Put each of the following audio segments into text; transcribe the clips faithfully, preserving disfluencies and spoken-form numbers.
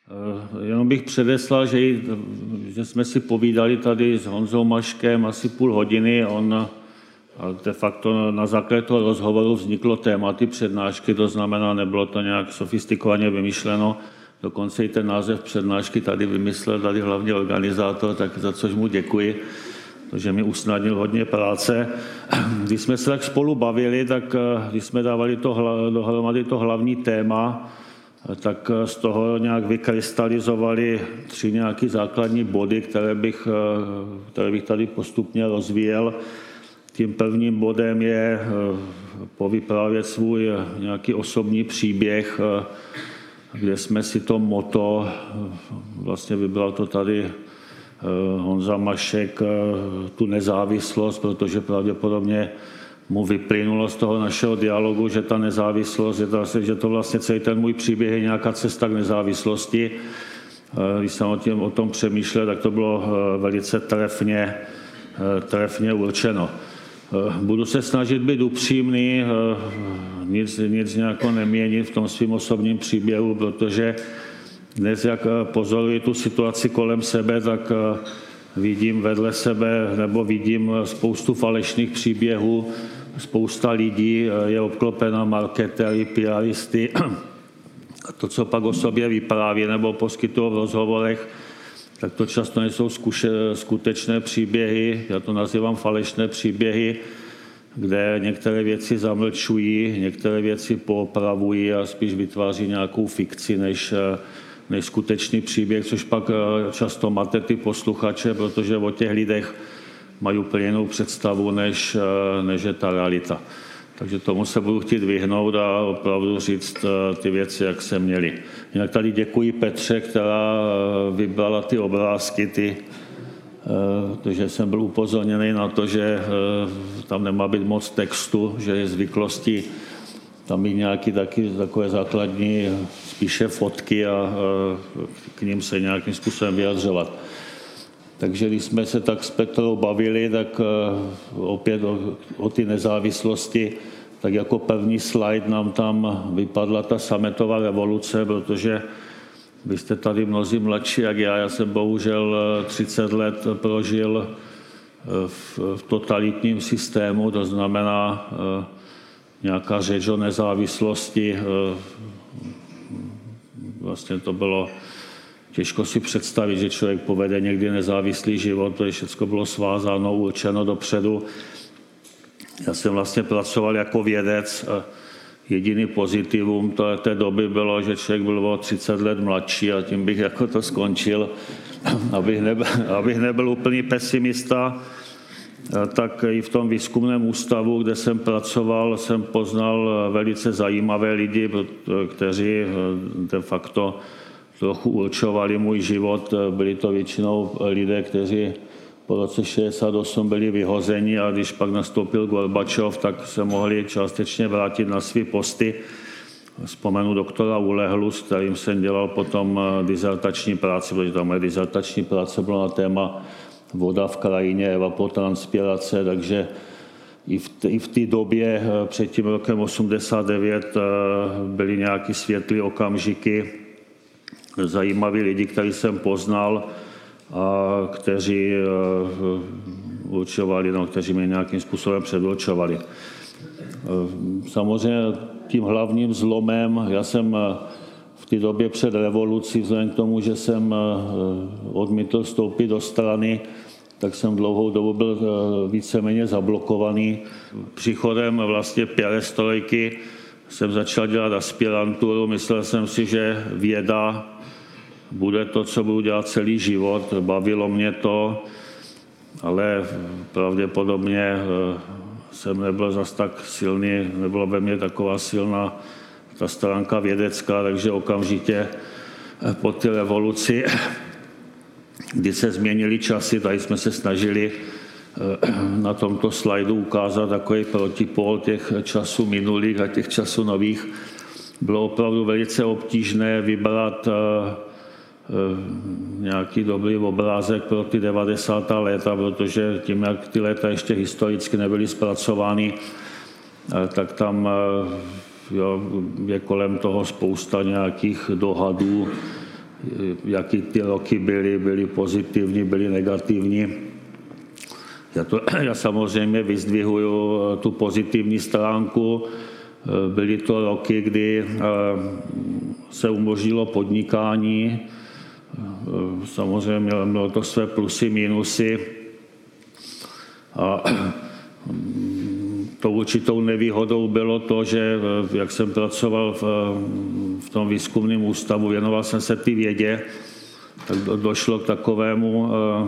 Jenom bych předeslal, že, že jsme si povídali tady s Honzou Maškem asi půl hodiny. On de facto na základě toho rozhovoru vzniklo téma ty přednášky, to znamená, nebylo to nějak sofistikovaně vymyšleno. Dokonce i ten název přednášky tady vymyslel, tady hlavně organizátor, tak za což mu děkuji, protože mi usnadnil hodně práce. Když jsme se tak spolu bavili, tak když jsme dávali to, dohromady to hlavní téma, tak z toho nějak vykrystalizovali tři nějaké základní body, které bych, které bych tady postupně rozvíjel. Tím prvním bodem je povyprávět svůj nějaký osobní příběh, kde jsme si to motto, vlastně vybral to tady Honza Mašek, tu nezávislost, protože pravděpodobně mu vyplynulo z toho našeho dialogu, že ta nezávislost, je to, že to vlastně celý ten můj příběh je nějaká cesta k nezávislosti. Když jsem o, tím, o tom přemýšlel, tak to bylo velice trefně, trefně určeno. Budu se snažit být upřímný, nic, nic nějak neměnit v tom svým osobním příběhu, protože dnes, jak pozoruji tu situaci kolem sebe, tak vidím vedle sebe, nebo vidím spoustu falešných příběhů, spousta lidí je obklopena marketéry, PRisty. A to, co pak o sobě vypráví nebo poskytují v rozhovorech, tak to často nejsou zkuše, skutečné příběhy, já to nazývám falešné příběhy, kde některé věci zamlčují, některé věci poopravují a spíš vytváří nějakou fikci než, než skutečný příběh, což pak často máte ty posluchače, protože o těch lidech mají úplně jinou představu, než, než je ta realita. Takže tomu se budu chtít vyhnout a opravdu říct ty věci, jak se měly. Jinak tady děkuji Petře, která vybrala ty obrázky, ty, protože jsem byl upozorněný na to, že tam nemá být moc textu, že je zvyklostí tam mít nějaké taky, takové základní spíše fotky a k ním se nějakým způsobem vyjadřovat. Takže když jsme se tak s Petrou bavili, tak opět o, o ty nezávislosti, tak jako první slide nám tam vypadla ta sametová revoluce, protože vy jste tady mnozí mladší jak já, já jsem bohužel třicet let prožil v, v totalitním systému, to znamená nějaká řeč o nezávislosti, vlastně to bylo těžko si představit, že člověk povede někdy nezávislý život, to všechno bylo svázáno, určeno dopředu. Já jsem vlastně pracoval jako vědec. Jediný pozitivum té doby bylo, že člověk byl o třicet let mladší a tím bych jako to skončil, abych nebyl, abych nebyl úplný pesimista. Tak i v tom výzkumném ústavu, kde jsem pracoval, jsem poznal velice zajímavé lidi, kteří de facto trochu určovali můj život. Byli to většinou lidé, kteří po roce šedesát osm byli vyhozeni a když pak nastoupil Gorbačov, tak se mohli částečně vrátit na své posty. Vzpomenu doktora Ulehlu, s kterým jsem dělal potom dizertační práci, protože ta moje dizertační práce byla na téma voda v krajině, evapotranspirace, takže i v, t- i v té době před tím rokem osmdesát devět byly nějaké světlé okamžiky, zajímaví lidi, který jsem poznal a kteří určovali, no, kteří mě nějakým způsobem předurčovali. Samozřejmě tím hlavním zlomem, já jsem v té době před revolucí, vzhledem k tomu, že jsem odmítl vstoupit do strany, tak jsem dlouhou dobu byl víceméně zablokovaný. Příchodem vlastně perestrojky jsem začal dělat aspiranturu, myslel jsem si, že věda bude to, co budu dělat celý život, bavilo mě to, ale pravděpodobně jsem nebyl zas tak silný, nebyla ve mně taková silná ta stránka vědecká, takže okamžitě po té revoluci, kdy se změnily časy, tady jsme se snažili na tomto slajdu ukázat takový protipol těch časů minulých a těch časů nových. Bylo opravdu velice obtížné vybrat nějaký dobrý obrázek pro ty devadesátá léta, protože tím, jak ty léta ještě historicky nebyly zpracovány, tak tam jo, je kolem toho spousta nějakých dohadů, jaký ty roky byly, byly pozitivní, byly negativní. Já, to, já samozřejmě vyzdvihuju tu pozitivní stránku. Byly to roky, kdy se umožnilo podnikání. Samozřejmě mělo to své plusy, minusy. A tou určitou nevýhodou bylo to, že jak jsem pracoval v, v tom výzkumném ústavu, věnoval jsem se té vědě, tak došlo k takovému,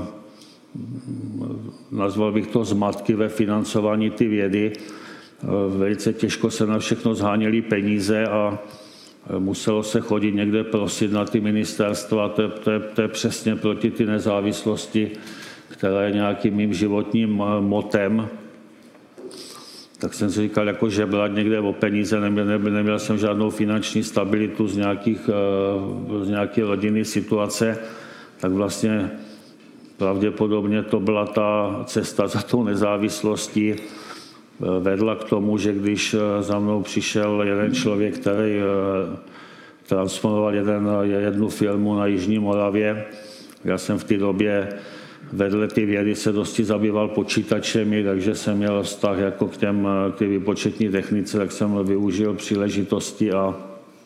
nazval bych to zmatky ve financování té vědy. Velice těžko se na všechno zháněly peníze a muselo se chodit někde prosit na ty ministerstva. To je, to je, to je přesně proti ty nezávislosti, která je nějakým mým životním motem. Tak jsem si říkal, jako žebrat někde o peníze, neměl, neměl, neměl jsem žádnou finanční stabilitu z, nějakých, z nějaké rodinné situace, tak vlastně pravděpodobně to byla ta cesta za tou nezávislostí. Vedla k tomu, že když za mnou přišel jeden člověk, který transformoval jeden, jednu firmu na Jižní Moravě, já jsem v té době vedle ty vědy se dosti zabýval počítačemi, takže jsem měl vztah jako k, těm, k té výpočetní technice, tak jsem využil příležitosti a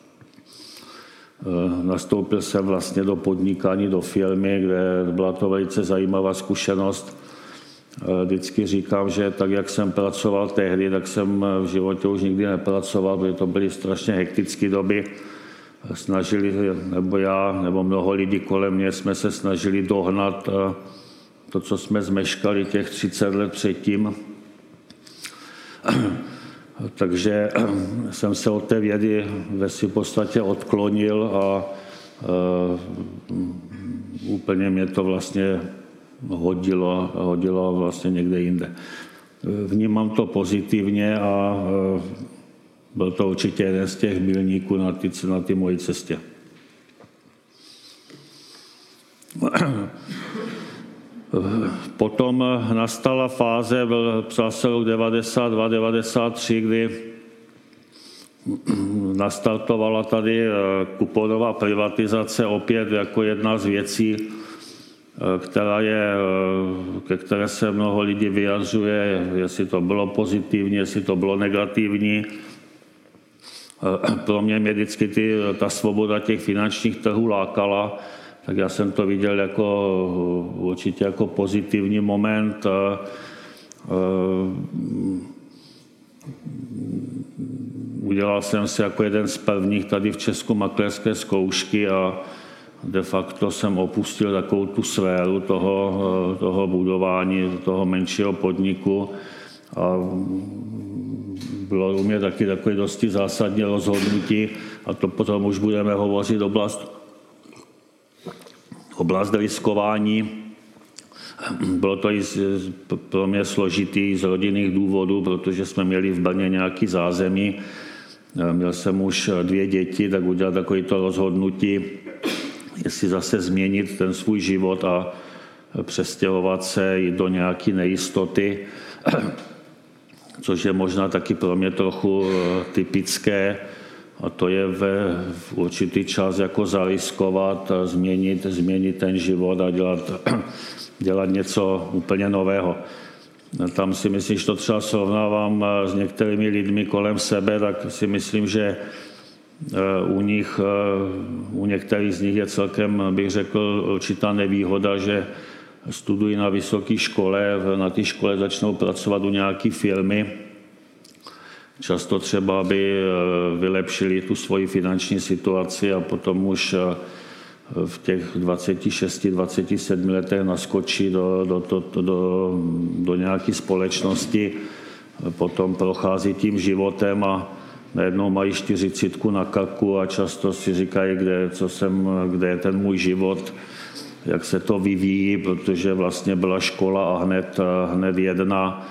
nastoupil jsem vlastně do podnikání, do firmy, kde byla to velice zajímavá zkušenost. Vždycky říkám, že tak, jak jsem pracoval tehdy, tak jsem v životě už nikdy nepracoval, protože to byly strašně hektické doby. Snažili, nebo já, nebo mnoho lidí kolem mě jsme se snažili dohnat to, co jsme zmeškali těch třicet let předtím. Takže jsem se od té vědy ve svým podstatě odklonil a úplně mě to vlastně hodilo, hodilo vlastně někde jinde. Vnímám to pozitivně a byl to určitě jeden z těch milníků na ty, na ty mojí cestě. Potom nastala fáze, byl zase rok devadesát dva devadesát tři, kdy nastartovala tady kuponová privatizace opět jako jedna z věcí, která je, ke které se mnoho lidí vyjadřuje, jestli to bylo pozitivní, jestli to bylo negativní. Pro mě mě vždycky ty, ta svoboda těch finančních trhů lákala, tak já jsem to viděl jako určitě jako pozitivní moment. Udělal jsem si jako jeden z prvních tady v Česku makléřské zkoušky a de facto jsem opustil takovou tu sféru toho, toho budování, toho menšího podniku a bylo u mě taky takové dosti zásadní rozhodnutí a to potom už budeme hovořit oblast, oblast riskování. Bylo to i z, pro mě složitý z rodinných důvodů, protože jsme měli v Brně nějaký zázemí. Měl jsem už dvě děti, tak udělat takovéto rozhodnutí, jestli zase změnit ten svůj život a přestěhovat se i do nějaké nejistoty, což je možná taky pro mě trochu typické, a to je ve, v určitý čas jako zariskovat, změnit, změnit ten život a dělat, dělat něco úplně nového. Tam si myslím, že to třeba srovnávám s některými lidmi kolem sebe, tak si myslím, že u nich, u některých z nich je celkem, bych řekl, určitá nevýhoda, že studují na vysoké škole, na té škole začnou pracovat u nějaké firmy. Často třeba, aby vylepšili tu svoji finanční situaci a potom už v těch dvaceti šesti dvaceti sedmi letech naskočí do, do, do, do, do nějaké společnosti, potom prochází tím životem a najednou mají čtyřicítku na krku a často si říkají, kde, co jsem, kde je ten můj život, jak se to vyvíjí, protože vlastně byla škola a hned, hned jedna,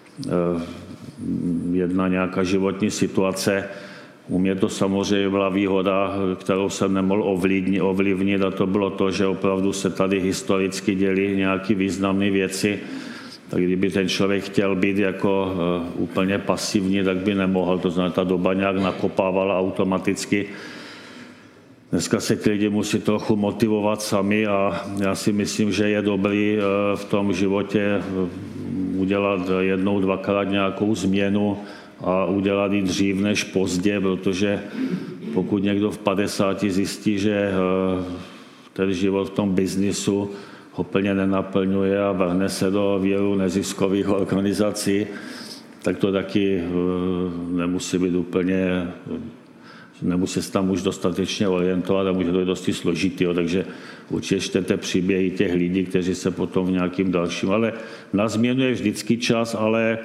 jedna nějaká životní situace. U mě to samozřejmě byla výhoda, kterou jsem nemohl ovlivnit, ovlivnit a to bylo to, že opravdu se tady historicky děly nějaké významné věci. Tak kdyby ten člověk chtěl být jako uh, úplně pasivní, tak by nemohl. To znamená, ta doba nějak nakopávala automaticky. dneska se ty lidi musí trochu motivovat sami a já si myslím, že je dobrý v tom životě udělat jednou, dvakrát nějakou změnu a udělat ji dřív než pozdě, protože pokud někdo v padesáti zjistí, že ten život v tom biznisu ho plně nenaplňuje a vrhne se do věru neziskových organizací, tak to taky nemusí být úplně, nemusí se tam už dostatečně orientovat a může to být dosti složitý. Takže určitě čtete příběhy těch lidí, kteří se potom v nějakým dalším, ale na změnu je vždycky čas, ale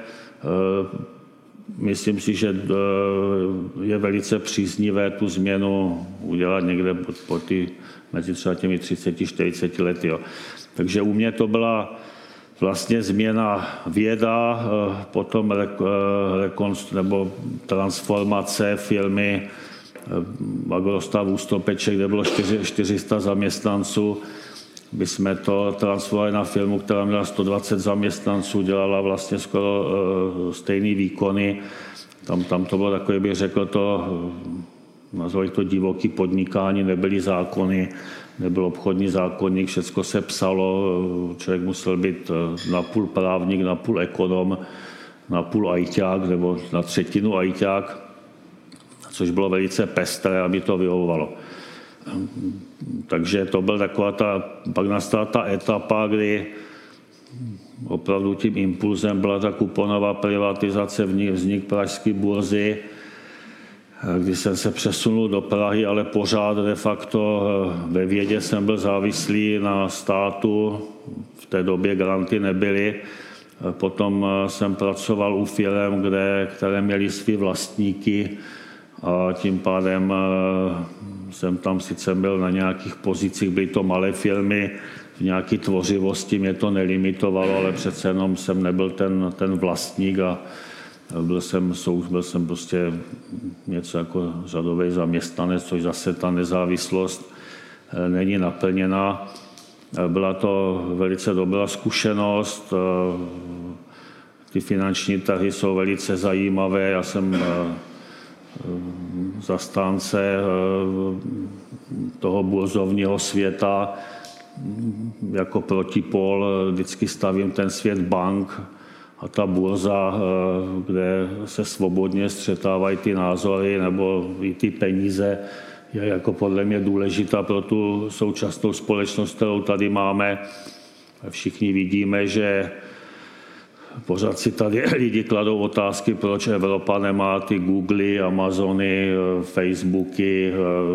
myslím si, že je velice příznivé tu změnu udělat někde po ty, mezi třeba těmi třiceti čtyřiceti lety. Jo. Takže u mě to byla vlastně změna věda, potom rekonst, nebo transformace firmy Agrostav Ústopeček, kde bylo čtyři sta zaměstnanců. My jsme to transformovali na firmu, která měla sto dvacet zaměstnanců, dělala vlastně skoro stejné výkony. Tam, tam to bylo takové, bych řekl to, nazvali to divoký podnikání, nebyly zákony, nebyl obchodní zákonník, všechno se psalo, člověk musel být napůl právník, napůl ekonom, napůl ajťák nebo na třetinu ajťák, což bylo velice pestré, aby to vyhovovalo. Takže to byl taková ta, pak nastala ta etapa, kdy opravdu tím impulzem byla ta kuponová privatizace, vznik pražské burzy, kdy jsem se přesunul do Prahy, ale pořád de facto ve vědě jsem byl závislý na státu, v té době granty nebyly. Potom jsem pracoval u firem, kde, které měly své vlastníky a tím pádem jsem tam sice byl na nějakých pozicích, byly to malé firmy, v nějaké tvořivosti mě to nelimitovalo, ale přece jenom jsem nebyl ten, ten vlastník a byl jsem, byl jsem prostě něco jako řadový zaměstnanec, což zase ta nezávislost není naplněna. Byla to velice dobrá zkušenost, ty finanční trhy jsou velice zajímavé, já jsem zastánce toho burzovního světa, jako protipol vždycky stavím ten svět bank a ta burza, kde se svobodně střetávají ty názory nebo i ty peníze, je jako podle mě důležitá pro tu současnou společnost, kterou tady máme. Všichni vidíme, že pořád si tady lidi kladou otázky, proč Evropa nemá ty Googly, Amazony, Facebooky.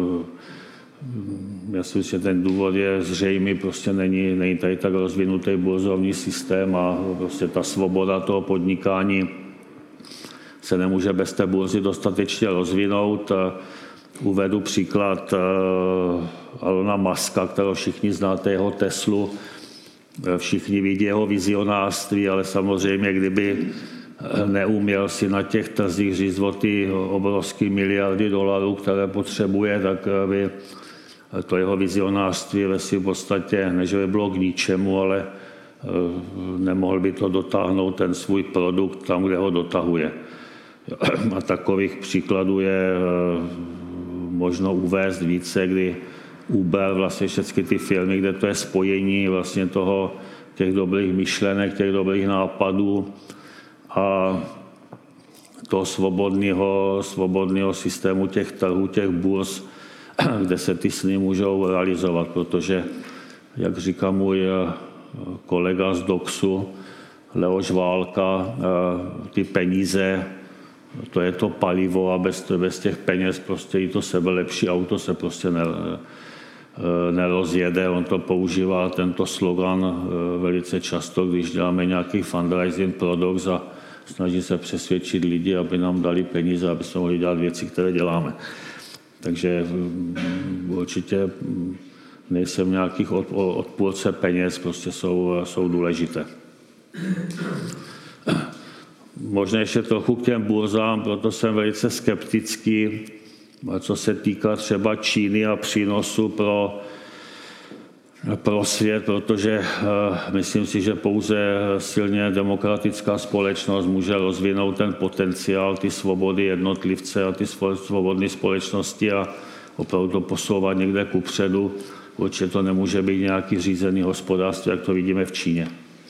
Já si myslím, že ten důvod je zřejmý, prostě není, není tady tak rozvinutý burzovní systém a prostě ta svoboda toho podnikání se nemůže bez té burzy dostatečně rozvinout. Uvedu příklad Elona Muska, kterého všichni znáte, jeho Teslu. Všichni vidí jeho vizionářství, ale samozřejmě, kdyby neuměl si na těch trzích říct o ty obrovské miliardy dolarů, které potřebuje, tak by to jeho vizionářství ve svým podstatě, než by bylo k ničemu, ale nemohl by to dotáhnout ten svůj produkt tam, kde ho dotahuje. A takových příkladů je možno uvést více, kdy Uber, vlastně všechny ty firmy, kde to je spojení vlastně toho, těch dobrých myšlenek, těch dobrých nápadů a toho svobodného, svobodného systému těch trhů, těch burz, kde se ty sny můžou realizovat, protože, jak říká můj kolega z Doxu, Leoš Válka, ty peníze, to je to palivo a bez, bez těch peněz prostě i to sebelepší auto se prostě ne, nerozjede. On to používá, tento slogan velice často, když děláme nějaký fundraising produkt a snaží se přesvědčit lidi, aby nám dali peníze, aby jsme mohli dělat věci, které děláme. Takže určitě nejsem nějakých odpůrce peněz, prostě jsou, jsou důležité. Možná ještě trochu k těm burzám, proto jsem velice skeptický, co se týká třeba Číny a přínosu pro, pro svět, protože myslím si, že pouze silně demokratická společnost může rozvinout ten potenciál, ty svobody jednotlivce a ty svobodné společnosti a opravdu to posouvat někde kupředu. Určitě to nemůže být nějaký řízený hospodářství, jak to vidíme v Číně.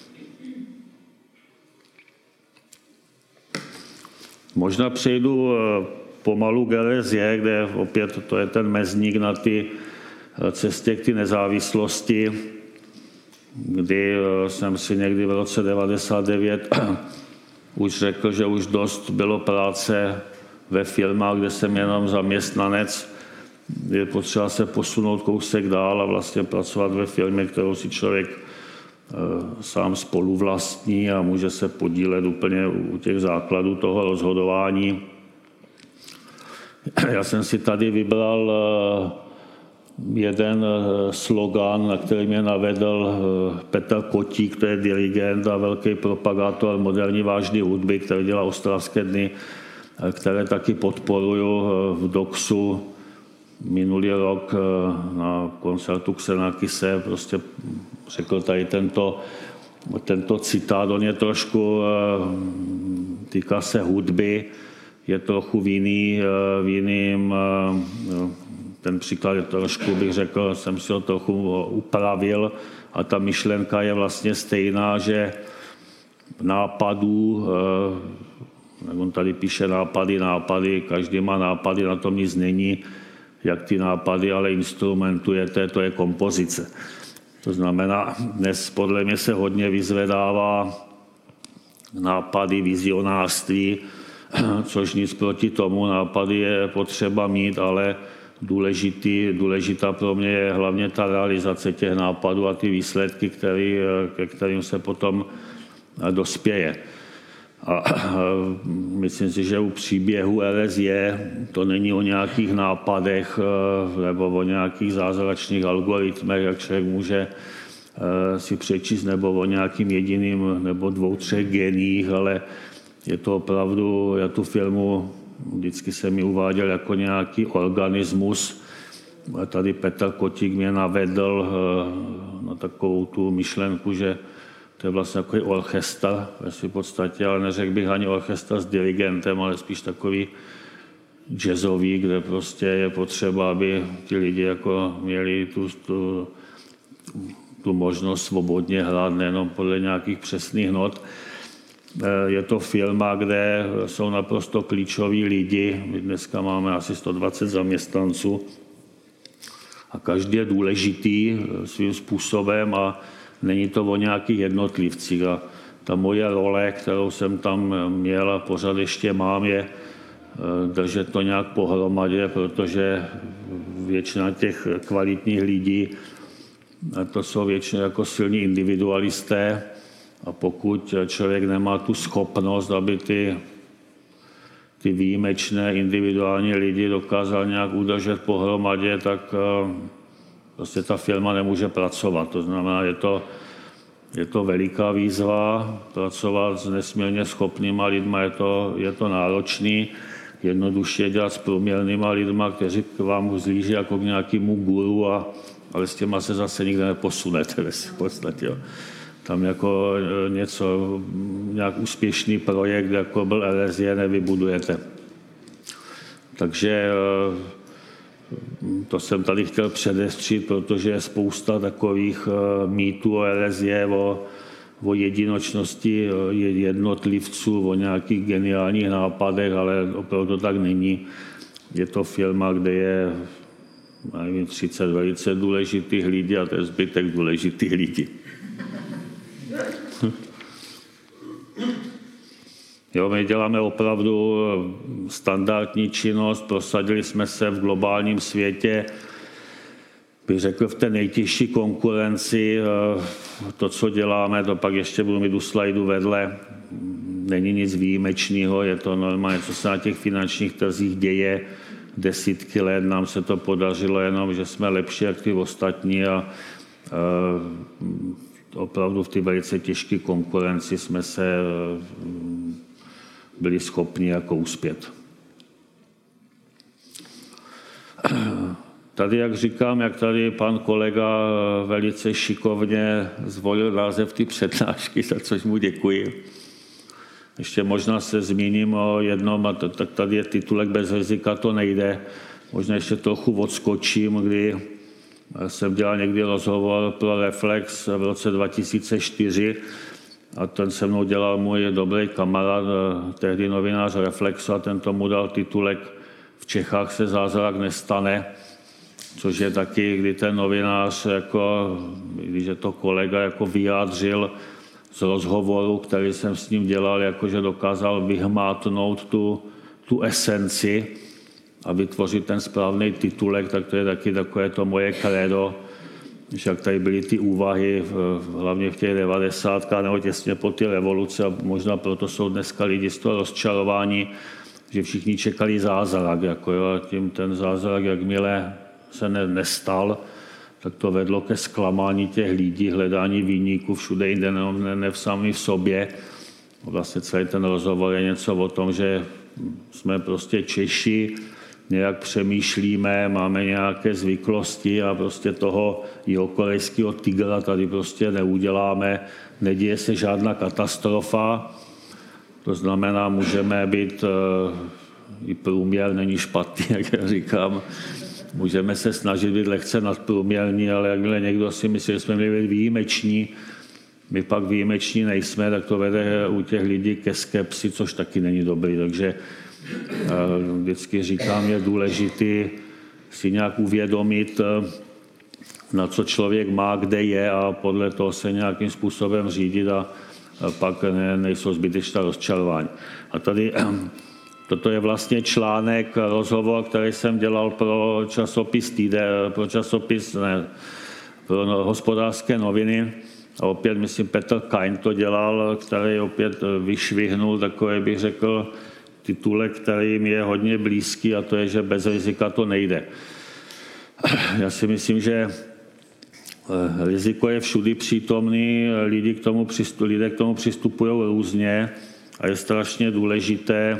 Možná přejdu pomalu k L S J, kde opět to je ten mezník na ty cestě k ty nezávislosti, kdy jsem si někdy v roce devadesát devět už řekl, že už dost bylo práce ve firmách, kde jsem jenom zaměstnanec. Je potřeba se posunout kousek dál a vlastně pracovat ve firmě, kterou si člověk sám spoluvlastní a může se podílet úplně u těch základů toho rozhodování. Já jsem si tady vybral jeden slogan, na který mě navedl Petr Kotík, to je dirigent a velký propagátor moderní vážné hudby, který dělá Ostravské dny, které taky podporuju v Doxu. Minulý rok na koncertu Xenakise prostě řekl tady tento, tento citát, on je trošku, týká se hudby, je trochu v, jiný, v jiným, ten příklad je trošku, bych řekl, jsem si ho trochu upravil a ta myšlenka je vlastně stejná, že nápadů, on tady píše nápady, nápady, každý má nápady, na tom nic není, jak ty nápady, ale instrumentujete, to je kompozice. To znamená, dnes podle mě se hodně vyzvedává nápady, vizionářství, což nic proti tomu, nápady je potřeba mít, ale důležitý, důležitá pro mě je hlavně ta realizace těch nápadů a ty výsledky, který, ke kterým se potom dospěje. A myslím si, že u příběhu L S J to není o nějakých nápadech nebo o nějakých zázračných algoritmech, jak člověk může si přečíst, nebo o nějakým jediným nebo dvou, třech geniích, ale je to opravdu, já tu filmu vždycky se mi uváděl jako nějaký organismus. A tady Petr Kotík mě navedl na takovou tu myšlenku, že to je vlastně takový orchestr ve své podstatě, ale neřekl bych ani orchestr s dirigentem, ale spíš takový jazzový, kde prostě je potřeba, aby ti lidi jako měli tu, tu, tu možnost svobodně hrát, nejenom podle nějakých přesných not. Je to firma, kde jsou naprosto klíčoví lidi. My dneska máme asi sto dvacet zaměstnanců a každý je důležitý svým způsobem a není to o nějakých jednotlivcích. A ta moje role, kterou jsem tam měl a pořád ještě mám, je držet to nějak pohromadě, protože většina těch kvalitních lidí, to jsou většinou jako silní individualisté, a pokud člověk nemá tu schopnost, aby ty, ty výjimečné individuální lidi dokázal nějak udržet pohromadě, tak prostě ta firma nemůže pracovat. To znamená, je to, je to veliká výzva, pracovat s nesmírně schopnýma lidma, je to, je to náročný, jednoduše dělat s průměrnýma lidma, kteří k vám zlíží jako k nějakému guru, a, ale s těma se zase nikde neposunete v podstatě. Jo. Tam jako něco, nějak úspěšný projekt, jako byl L S J, nevybudujete. Takže to jsem tady chtěl předestřít, protože je spousta takových mýtů o L S J, o, o jedinočnosti jednotlivců, o nějakých geniálních nápadech, ale opravdu to tak není. Je to firma, kde je nevím, třicet velice důležitých lidí a to je zbytek důležitých lidí. Jo, my děláme opravdu standardní činnost, prosadili jsme se v globálním světě, bych řekl v té nejtěžší konkurenci. To, co děláme, to pak ještě budu mít u slajdu vedle, není nic výjimečného, je to normálně, co se na těch finančních trzích děje desítky let, nám se to podařilo jenom, že jsme lepší jak ty ostatní a opravdu v té velice těžké konkurenci jsme se byli schopni jako uspět. Tady, jak říkám, jak tady pan kolega velice šikovně zvolil název ty přednášky, za což mu děkuji. Ještě možná se zmíním o jednom, a tak tady je titulek Bez rizika to nejde. možná ještě trochu odskočím, kdy jsem dělal někdy rozhovor pro Reflex v roce dva tisíce čtyři a ten se mnou dělal můj dobrý kamarád, tehdy novinář Reflexu, a ten tomu dal titulek V Čechách se zázrak nestane, což je taky, kdy ten novinář, jako, když je to kolega, jako vyjádřil z rozhovoru, který jsem s ním dělal, jakože dokázal vyhmátnout tu, tu esenci a vytvořit ten správný titulek, tak to je taky takové to moje kredo, že jak tady byly ty úvahy, hlavně v těch devadesátkách nebo těsně po ty revoluce, a možná proto jsou dneska lidi z toho rozčarování, že všichni čekali zázrak, jako jo, a tím ten zázrak, jakmile se ne, nestal, tak to vedlo ke zklamání těch lidí, hledání viníků všude jinde, ne, ne v sami v sobě. Vlastně celý ten rozhovor je něco o tom, že jsme prostě Češi, nějak přemýšlíme, máme nějaké zvyklosti a prostě toho jihokorejského tygra tady prostě neuděláme, neděje se žádná katastrofa, to znamená, můžeme být, i průměr není špatný, jak já říkám, můžeme se snažit být lehce nadprůměrní, ale jakmile někdo si myslí, že jsme měli být výjimeční, my pak výjimeční nejsme, tak to vede u těch lidí ke skepsi, což taky není dobrý. Takže vždycky říkám, je důležité si nějak uvědomit, na co člověk má, kde je, a podle toho se nějakým způsobem řídit, a pak ne, nejsou zbytečná rozčarování. A tady toto je vlastně článek, rozhovor, který jsem dělal pro časopis Týden, pro časopis, ne, pro no, Hospodářské noviny. A opět, myslím, Petr Kain to dělal, který opět vyšvihnul takový, bych řekl, titulek, který mi je hodně blízký, a to je, že bez rizika to nejde. Já si myslím, že riziko je všudy přítomný, lidi k tomu přistup, lidé k tomu přistupují různě a je strašně důležité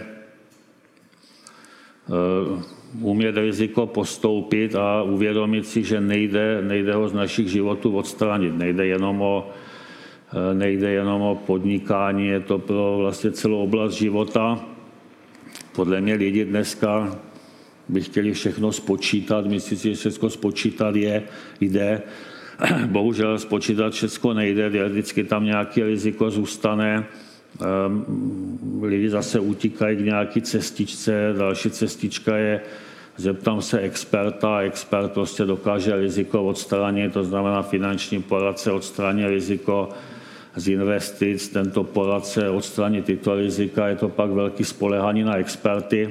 umět riziko postoupit a uvědomit si, že nejde, nejde ho z našich životů odstranit. Nejde jenom o, nejde jenom o podnikání, je to pro vlastně celou oblast života. Podle mě lidi dneska by chtěli všechno spočítat, myslí si, že všechno spočítat je, jde. Bohužel spočítat všechno nejde, vždycky tam nějaké riziko zůstane. Lidi zase utíkají k nějaké cestičce, další cestička je, zeptám se experta, expert prostě dokáže riziko odstranit, to znamená finanční poradce odstranit riziko z investic, tento poradce odstranit tyto rizika, je to pak velký spolehání na experty.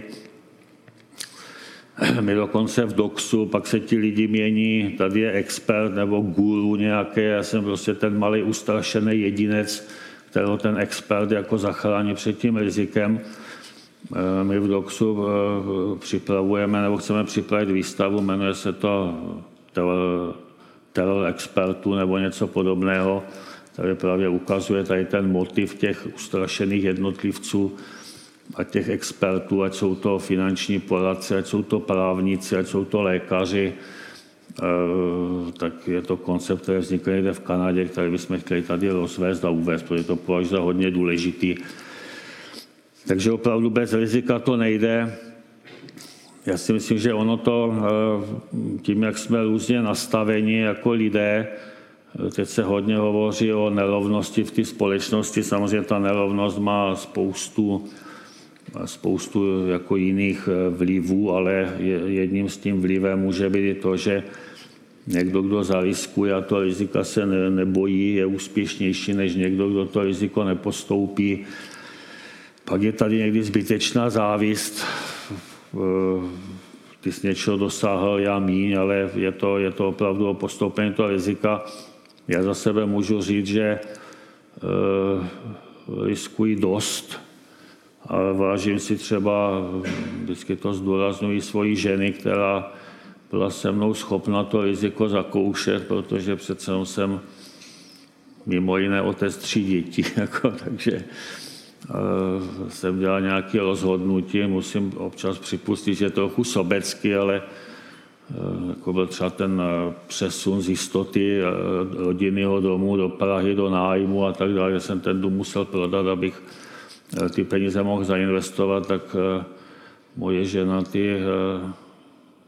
My dokonce v Doxu, pak se ti lidi mění, tady je expert nebo guru nějaký, já jsem prostě ten malý ustrašený jedinec, kterého ten expert jako zachrání před tím rizikem. My v Doxu připravujeme, nebo chceme připravit výstavu, jmenuje se to teror, teror expertů nebo něco podobného, který právě ukazuje tady ten motiv těch ustrašených jednotlivců a těch expertů, ať jsou to finanční poradci, ať jsou to právníci, ať jsou to lékaři, tak je to koncept, který vznikl někde v Kanadě, který bychom chtěli tady rozvést a uvést, protože to považuji za hodně důležitý. Takže opravdu bez rizika to nejde. Já si myslím, že ono to, tím, jak jsme různě nastaveni jako lidé, teď se hodně hovoří o nerovnosti v té společnosti. Samozřejmě ta nerovnost má spoustu, spoustu jako jiných vlivů, ale jedním z tím vlivem může být to, že někdo, kdo zariskuje a to rizika se nebojí, je úspěšnější než někdo, kdo to riziko nepostoupí. Pak je tady někdy zbytečná závist. Ty jsi něčeho dosáhl, já míň, ale je to, je to opravdu o postoupení toho rizika. Já za sebe můžu říct, že uh, riskuji dost, ale vážím si třeba, vždycky to zdůrazňují svoji ženy, která byla se mnou schopna to riziko zakoušet, protože přece jsem mimo jiné otec tří dětí, jako, takže uh, jsem dělal nějaké rozhodnutí, musím občas připustit, že je trochu sobecky, ale uh, jako byl třeba ten uh, přesun z jistoty uh, rodinného domu do Prahy, do nájmu a tak dále, že jsem ten dům musel prodat, abych uh, ty peníze mohl zainvestovat, tak uh, moje žena ty uh,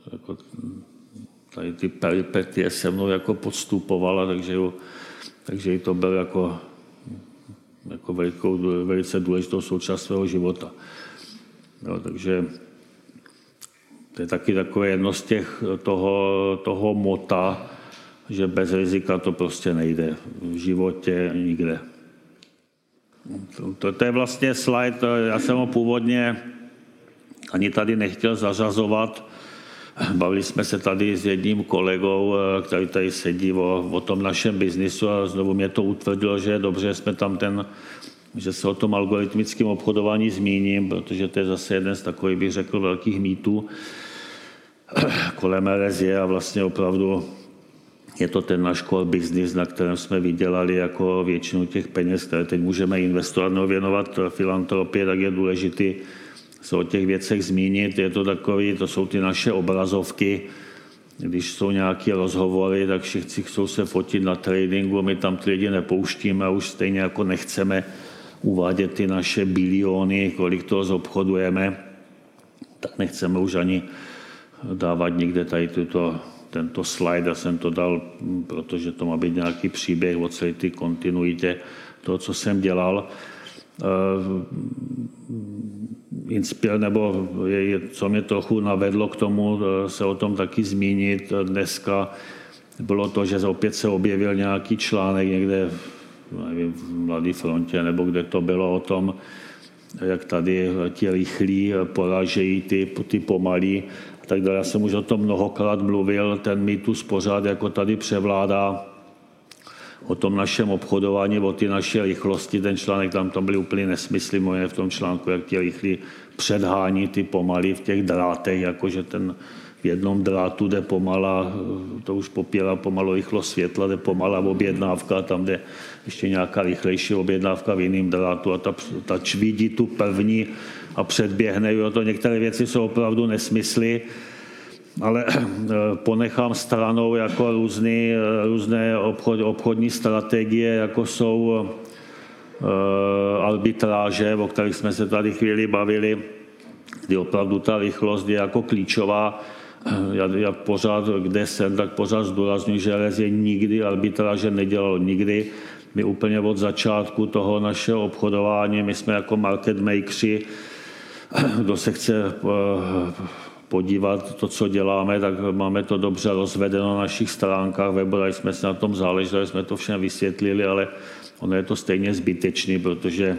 jako tady ty peripetie se mnou jako podstupovala, takže, ju, takže jí to byl jako, jako velikou, velice důležitou součást svého života. Jo, takže to je taky takové jedno z těch toho, toho mota, že bez rizika to prostě nejde v životě nikde. To, to je vlastně slide, já jsem ho původně ani tady nechtěl zařazovat. Bavili jsme se tady s jedním kolegou, který tady sedí o, o tom našem biznisu a znovu mě to utvrdilo, že je dobře, jsme tam ten, že se o tom algoritmickém obchodování zmíním, protože to je zase jeden z takových, bych řekl, velkých mýtů kolem R S je a vlastně opravdu je to ten náš core business, na kterém jsme vydělali jako většinu těch peněz, které teď můžeme investovat nebo věnovat filantropii, tak je důležité se o těch věcech zmínit. Je to takový, to jsou ty naše obrazovky, když jsou nějaké rozhovory, tak všichni chcou se fotit na tradingu, my tam ty lidi nepouštíme a už stejně jako nechceme uvádět ty naše biliony, kolik toho zobchodujeme, tak nechceme už ani dávat někde tady tuto, tento slide. Já jsem to dal, protože to má být nějaký příběh o celé ty kontinuitě toho, co jsem dělal. Inspir, nebo je, co mě trochu navedlo k tomu se o tom taky zmínit dneska, bylo to, že opět se objevil nějaký článek někde nevím, v Mladé frontě, nebo kde to bylo o tom, jak tady ti rychlí porážejí ty, ty pomalí a tak dále. Já jsem už o tom mnohokrát mluvil, ten mýtus pořád jako tady převládá o tom našem obchodování, o ty naše rychlosti. Ten článek, tam tam byly úplně nesmysly moje v tom článku, jak ti rychlí předhání ty pomalí v těch drátech, jakože ten v jednom drátu jde pomala, to už popírá pomalu rychlost světla, jde pomala objednávka, tam jde ještě nějaká rychlejší objednávka v jiném drátu a ta, ta čvídí tu první a předběhne. Jo, to některé věci jsou opravdu nesmysly, ale ponechám stranou jako různý, různé obchod, obchodní strategie, jako jsou uh, arbitráže, o kterých jsme se tady chvíli bavili, kdy opravdu ta rychlost je jako klíčová. Já, já pořád, kde jsem, tak pořád zdůrazňuji, že R S je nikdy arbitráže nedělal nikdy. My úplně od začátku toho našeho obchodování, my jsme jako market makersi, kdo se chce podívat to, co děláme, tak máme to dobře rozvedeno na našich stránkách webu, tady jsme se na tom záleželi, jsme to všem vysvětlili, ale ono je to stejně zbytečný, protože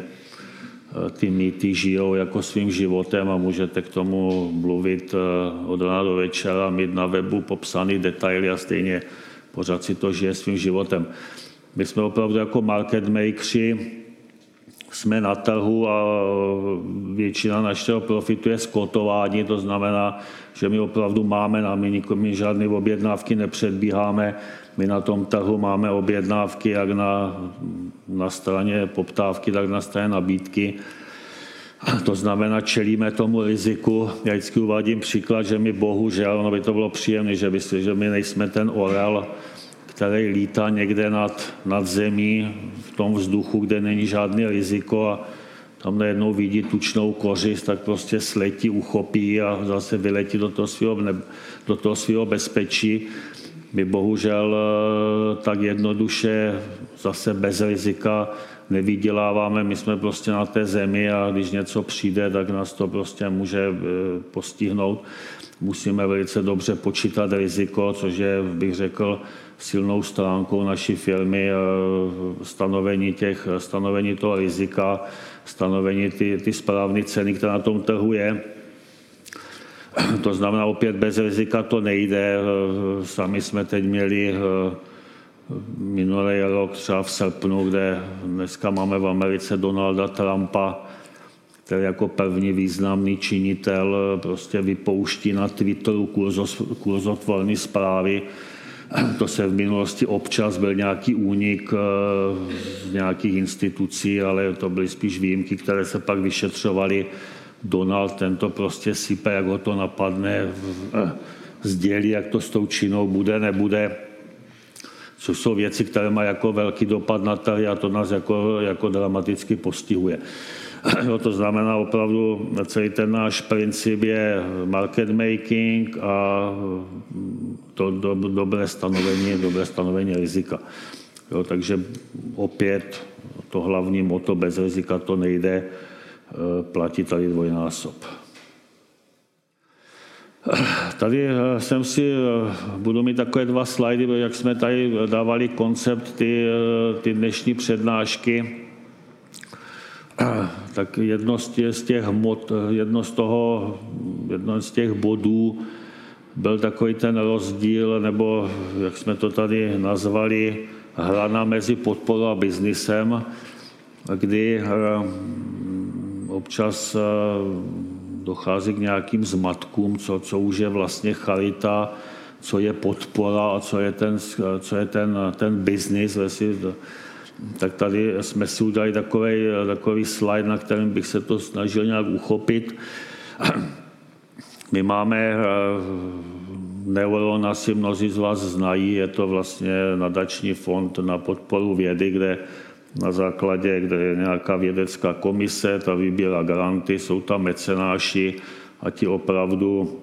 ty mýty žijou jako svým životem a můžete k tomu mluvit od rána do večera, mít na webu popsaný detaily a stejně pořád si to žije svým životem. My jsme opravdu jako market makersi, jsme na trhu a většina našeho profitu je z kotování, to znamená, že my opravdu máme, na my, my žádné objednávky nepředbíháme, my na tom trhu máme objednávky jak na, na straně poptávky, tak na straně nabídky. To znamená, čelíme tomu riziku. Já vždycky uvádím příklad, že my bohužel, ono by to bylo příjemné, že, by, že my nejsme ten orel, který lítá někde nad, nad zemí v tom vzduchu, kde není žádný riziko a tam najednou vidí tučnou kořist, tak prostě sletí, uchopí a zase vyletí do toho svého, do toho svého bezpečí. My bohužel tak jednoduše zase bez rizika nevyděláváme, my jsme prostě na té zemi a když něco přijde, tak nás to prostě může postihnout. Musíme velice dobře počítat riziko, což je, bych řekl, silnou stránkou naší firmy, stanovení, těch, stanovení toho rizika, stanovení ty, ty správné ceny, která na tom trhu je. To znamená, opět bez rizika to nejde. Sami jsme teď měli minulý rok třeba v srpnu, kde dneska máme v Americe Donalda Trumpa, který jako první významný činitel prostě vypouští na Twitteru kurzotvorné zprávy. To se v minulosti občas byl nějaký únik z nějakých institucí, ale to byly spíš výjimky, které se pak vyšetřovaly. Donald tento prostě sype, jak ho to napadne, sdělí, jak to s tou Čínou bude, nebude. Což jsou věci, které mají jako velký dopad na trhy a to nás jako, jako dramaticky postihuje. Jo, to znamená opravdu, celý ten náš princip je market making a to do, dobré stanovení, dobré stanovení rizika. Jo, takže opět to hlavní motto, bez rizika to nejde, platí tady dvojnásob. Tady jsem si, budu mít takové dva slajdy, jak jsme tady dávali koncept ty, ty dnešní přednášky. Tak jedno z těch, z těch hmot, jedno z toho, jedno z těch bodů byl takový ten rozdíl, nebo jak jsme to tady nazvali, hrana mezi podporou a biznisem, kdy občas dochází k nějakým zmatkům, co, co už je vlastně charita, co je podpora a co je ten, co je ten, ten biznis. Tak tady jsme si udělali takový, takový slide, na kterém bych se to snažil nějak uchopit. My máme Neuron, asi mnozí z vás znají, je to vlastně nadační fond na podporu vědy, kde na základě, kde je nějaká vědecká komise, ta vybírá granty, jsou tam mecenáši a ti opravdu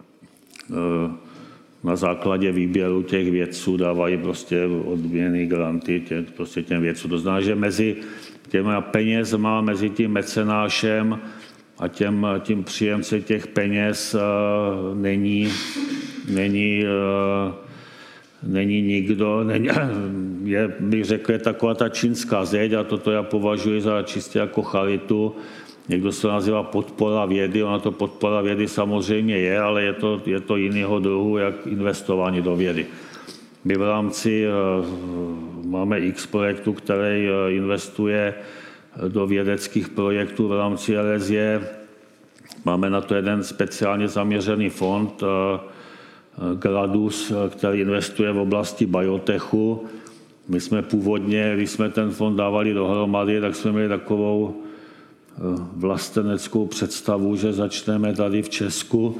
na základě výběru těch vědců dávají prostě odměny, granty tě, prostě těm vědcům. To znamená, že mezi těma penězma, mezi tím mecenášem a těm, tím příjemcem těch peněz není, není, není nikdo, není, je, bych řekl, je taková ta čínská zeď a toto já považuji za čistě jako charitu. Někdo se nazývá podpora vědy, ona to podpora vědy samozřejmě je, ale je to, je to jiného druhu, jak investování do vědy. My v rámci máme X projektů, který investuje do vědeckých projektů v rámci R S J. Máme na to jeden speciálně zaměřený fond, Gradus, který investuje v oblasti biotechu. My jsme původně, když jsme ten fond dávali dohromady, tak jsme měli takovou vlasteneckou představu, že začneme tady v Česku,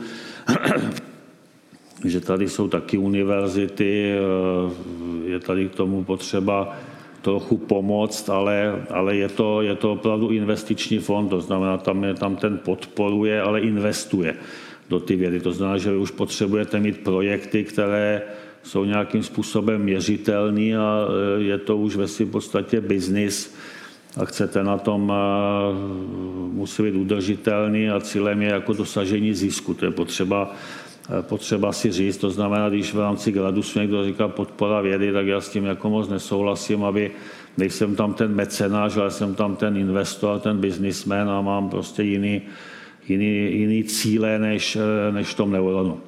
že tady jsou taky univerzity, je tady k tomu potřeba trochu pomoct, ale, ale je, to, je to opravdu investiční fond, to znamená, tam, je, tam ten podporuje, ale investuje do ty vědy. To znamená, že vy už potřebujete mít projekty, které jsou nějakým způsobem měřitelné a je to už ve svým podstatě biznis a chcete na tom, musí být udržitelný a cílem je jako dosažení zisku. To je potřeba, potřeba si říct. To znamená, když v rámci Gradusu někdo říká podpora vědy, tak já s tím jako moc nesouhlasím, aby nejsem tam ten mecenáš, ale jsem tam ten investor, ten businessman a mám prostě jiný, jiný, jiný cíle než, než v tom Neuronu.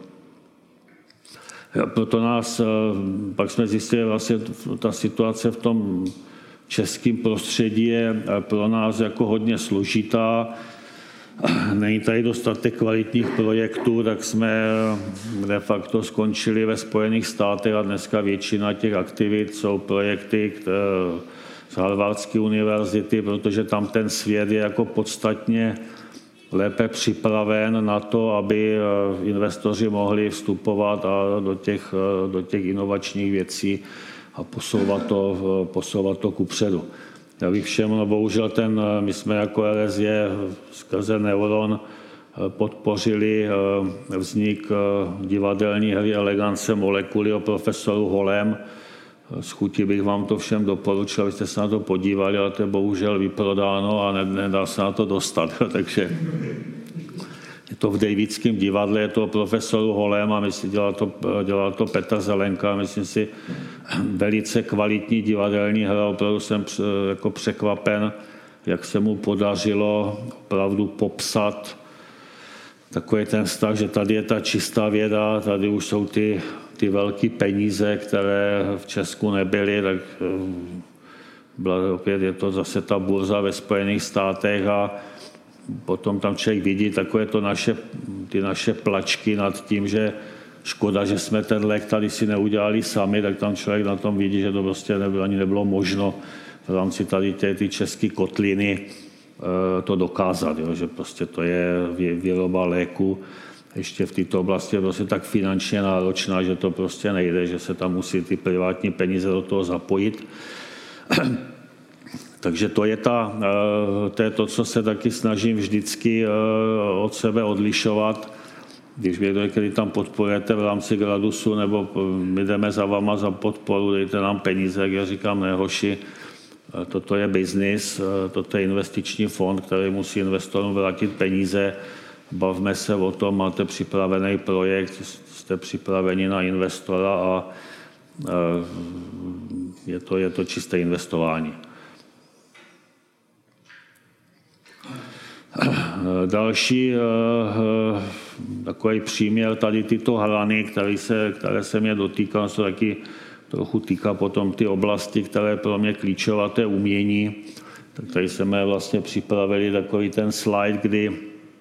Proto nás, pak jsme zjistili vlastně ta situace v tom českém prostředí je pro nás jako hodně složitá. Není tady dostatek kvalitních projektů, tak jsme de facto skončili ve Spojených státech a dneska většina těch aktivit jsou projekty z Harvardské univerzity, protože tam ten svět je jako podstatně lépe připraven na to, aby investoři mohli vstupovat a do těch, do těch inovačních věcí a posouvat to, posouvat to kupředu. Já bych všem, no bohužel ten, my jsme jako R S J skrze Neuron podpořili vznik divadelní hry Elegance molekuly o profesoru Holem. S chutí bych vám to všem doporučil, abyste se na to podívali, ale to je bohužel vyprodáno a nedá se na to dostat. Takže je to v Davidském divadle, je to o profesoru Holem a myslím, dělal to, dělal to Petr Zelenka. Myslím si, velice kvalitní divadelní hra, opravdu jsem jako překvapen, jak se mu podařilo opravdu popsat takový ten vztah, že tady je ta čistá věda, tady už jsou ty, ty velké peníze, které v Česku nebyly, tak byla, opět je to zase ta burza ve Spojených státech a potom tam člověk vidí takové to naše, ty naše plačky nad tím, že škoda, že jsme ten lék tady si neudělali sami, tak tam člověk na tom vidí, že to prostě nebylo, ani nebylo možno v rámci tady té ty české kotliny to dokázat, jo, že prostě to je výroba léku ještě v této oblasti je prostě tak finančně náročná, že to prostě nejde, že se tam musí ty privátní peníze do toho zapojit. Takže to je, ta, to je to, co se taky snažím vždycky od sebe odlišovat. Když někdo, který tam podporujete v rámci Gradusu, nebo my jdeme za vama za podporu, dejte nám peníze, jak já říkám, ne hoši, toto je biznis, toto je investiční fond, který musí investorům vrátit peníze. Bavme se o tom, máte připravený projekt, jste připraveni na investora a je to, je to čisté investování. Další takový příměr, tady tyto hrany, které se, které se mě dotýká, se taky trochu týká potom ty oblasti, které pro mě klíčová, to je umění. Tak tady jsme vlastně připravili takový ten slide, kdy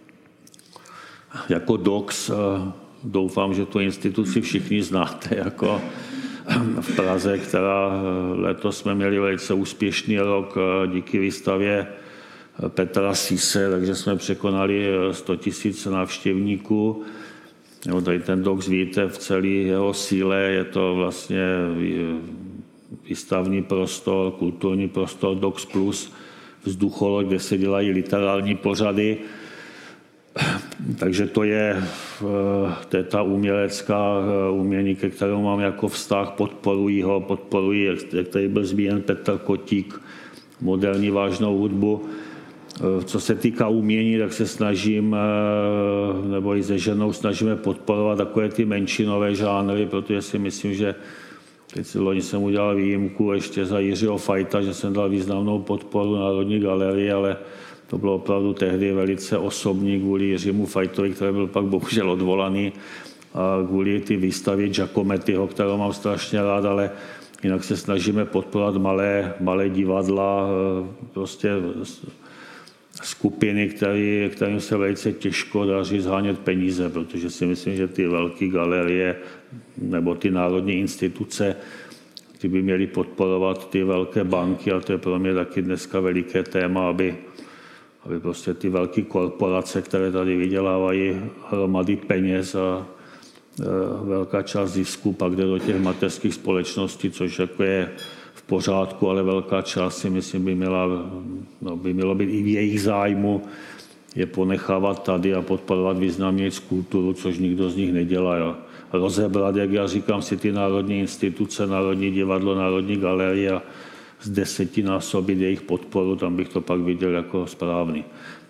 jako docs, doufám, že tu instituci všichni znáte, jako v Praze, která letos jsme měli velice úspěšný rok díky výstavě Petra Sise, takže jsme překonali sto tisíc návštěvníků. Jo, tady ten docs vidíte v celé jeho síle, je to vlastně výstavní prostor, kulturní prostor Docs Plus, vzducholoď, kde se dělají literární pořady. Takže to je, to je ta umělecká umění, ke kterému mám jako vztah, podporuji ho, podporuji, jak tady byl zmíněn Petr Kotík, moderní vážnou hudbu. Co se týká umění, tak se snažím, nebo i se ženou snažíme podporovat takové ty menšinové žánry, protože si myslím, že teď si loni jsem udělal výjimku ještě za Jiřího Fajta, že jsem dal významnou podporu Národní galerii, ale to bylo opravdu tehdy velice osobní kvůli Jiřímu Fajtovi, který byl pak bohužel odvolaný, a kvůli ty výstavě Giacomettiho, kterou mám strašně rád, ale jinak se snažíme podporovat malé, malé divadla, prostě skupiny, který, kterým se velice těžko daří zhánět peníze, protože si myslím, že ty velké galerie nebo ty národní instituce, ty by měly podporovat ty velké banky, a to je pro mě taky dneska veliké téma, aby, aby prostě ty velké korporace, které tady vydělávají hromady peněz a velká část zisku pak jde do těch mateřských společností, což jako je v pořádku, ale velká část si myslím by, měla, no, by mělo být i v jejich zájmu je ponechávat tady a podporovat významnější kulturu, což nikdo z nich nedělá. Jo. Rozebrat, jak já říkám, si ty národní instituce, Národní divadlo, Národní galerie a z desetinásobit jejich podporu, tam bych to pak viděl jako správný.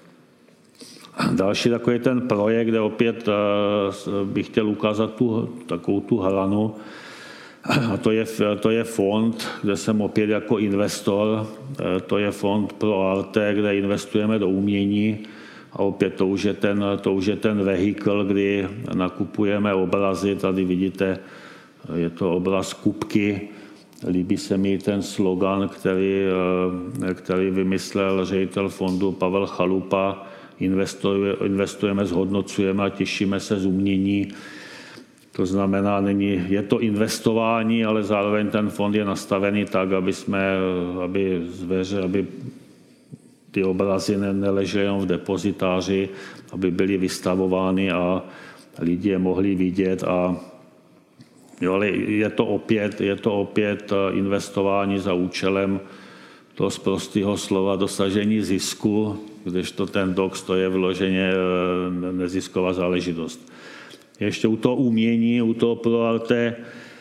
Další takový ten projekt, kde opět bych chtěl ukázat tu, takovou tu hranu, a to je, to je fond, kde jsem opět jako investor, to je fond pro Arte, kde investujeme do umění a opět to už je ten, to už je ten vehikl, kdy nakupujeme obrazy, tady vidíte, je to obraz Kupky, líbí se mi ten slogan, který, který vymyslel ředitel fondu Pavel Chalupa, investujeme, zhodnocujeme a těšíme se z umění. To znamená, není, je to investování, ale zároveň ten fond je nastavený tak, aby jsme, aby zveře, aby ty obrazy ne, neležely jenom v depozitáři, aby byly vystavovány a lidi je mohli vidět. A, jo, ale je to opět, je to opět investování za účelem toho z prostého slova dosažení zisku, kdežto ten docs to je vloženě nezisková záležitost. Ještě u toho umění, u toho pro Arte,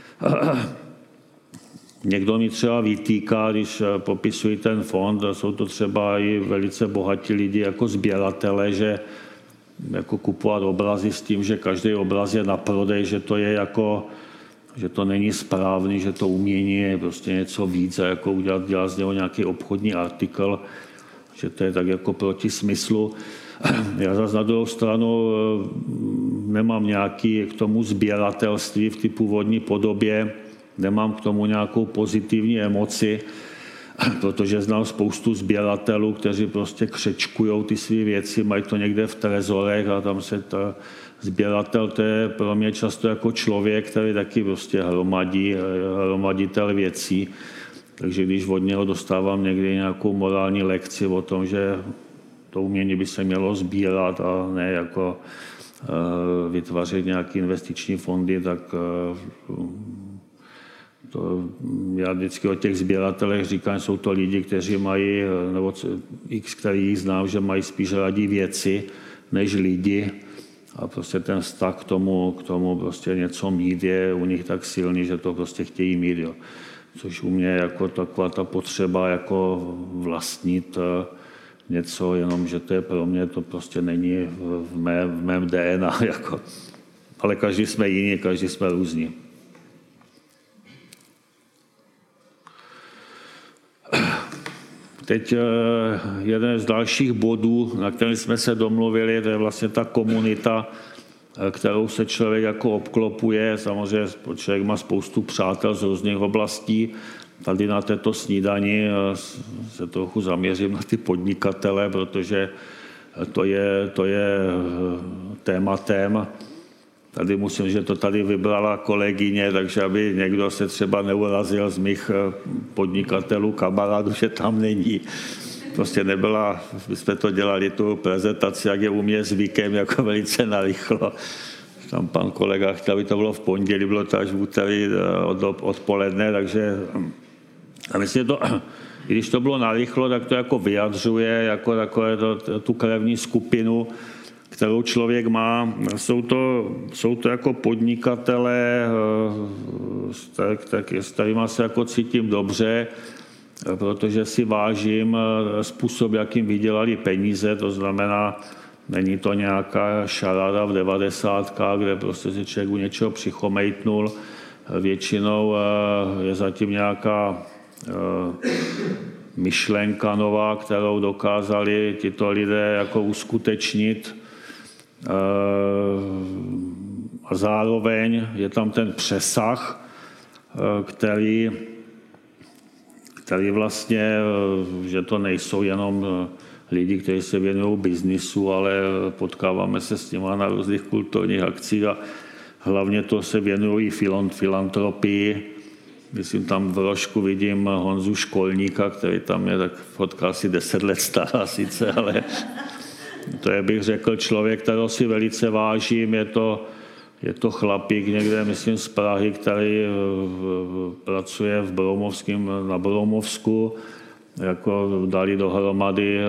někdo mi třeba vytýká, když popisují ten fond, jsou to třeba i velice bohatí lidi jako sběratele, že jako kupovat obrazy s tím, že každý obraz je na prodej, že to je jako, že to není správný, že to umění je prostě něco víc a jako udělat, dělat z něho nějaký obchodní artikl, že to je tak jako proti smyslu. Já zase na druhou stranu nemám nějaký k tomu sběratelství v té původní podobě, nemám k tomu nějakou pozitivní emoci, protože znám spoustu sběratelů, kteří prostě křečkujou ty své věci, mají to někde v trezorech a tam se ta sběratel, to je pro mě často jako člověk, který taky prostě hromadí, hromaditel věcí. Takže když od něho dostávám někdy nějakou morální lekci o tom, že to umění by se mělo sbírat a ne jako vytvářet nějaké investiční fondy, tak To, já vždycky o těch sběratelech říkám, jsou to lidi, kteří mají, nebo x, který znám, že mají spíš rádi věci než lidi. A prostě ten vztah k tomu, k tomu prostě něco mít je u nich tak silný, že to prostě chtějí mít. Jo. Což u mě jako taková ta potřeba jako vlastnit něco, jenom že to je pro mě, to prostě není v, mé, v mém D N A. Jako. Ale každý jsme jiní, každý jsme různí. Teď jeden z dalších bodů, na kterém jsme se domluvili, to je vlastně ta komunita, kterou se člověk jako obklopuje. Samozřejmě člověk má spoustu přátel z různých oblastí. Tady na této snídani se trochu zaměřím na ty podnikatele, protože to je, to je tématem. Tady musím, že to tady vybrala kolegyně, takže aby někdo se třeba neurazil z mých podnikatelů, kamarádů, že tam není. Prostě nebyla, my jsme to dělali tu prezentaci, jak je u mě zvykem, jako velice narychlo. Tam pan kolega chtěl, aby to bylo v pondělí, bylo to až v úterý od, odpoledne, takže a myslím, to, i když to bylo narychlo, tak to jako vyjadřuje jako takové to, tu krevní skupinu, kterou člověk má. Jsou to, jsou to jako podnikatelé, tak, tak s kterými se jako cítím dobře, protože si vážím způsob, jakým vydělali peníze, to znamená, není to nějaká šaráda v devadesátkách, kde prostě si člověk u něčeho přichomejtnul. Většinou je zatím nějaká myšlenka nová, kterou dokázali tito lidé jako uskutečnit. A zároveň je tam ten přesah, který, který vlastně, že to nejsou jenom lidi, kteří se věnují biznisu, ale potkáváme se s nimi na různých kulturních akcích a hlavně to se věnují filantropii. Myslím, tam v rožku vidím Honzu Školníka, který tam je tak fotka asi deset let stará sice, ale to je, bych řekl, člověk, kterého si velice vážím. Je to, je to chlapík někde, myslím, z Prahy, který pracuje v Broumovském, na Broumovsku. Jako dali dohromady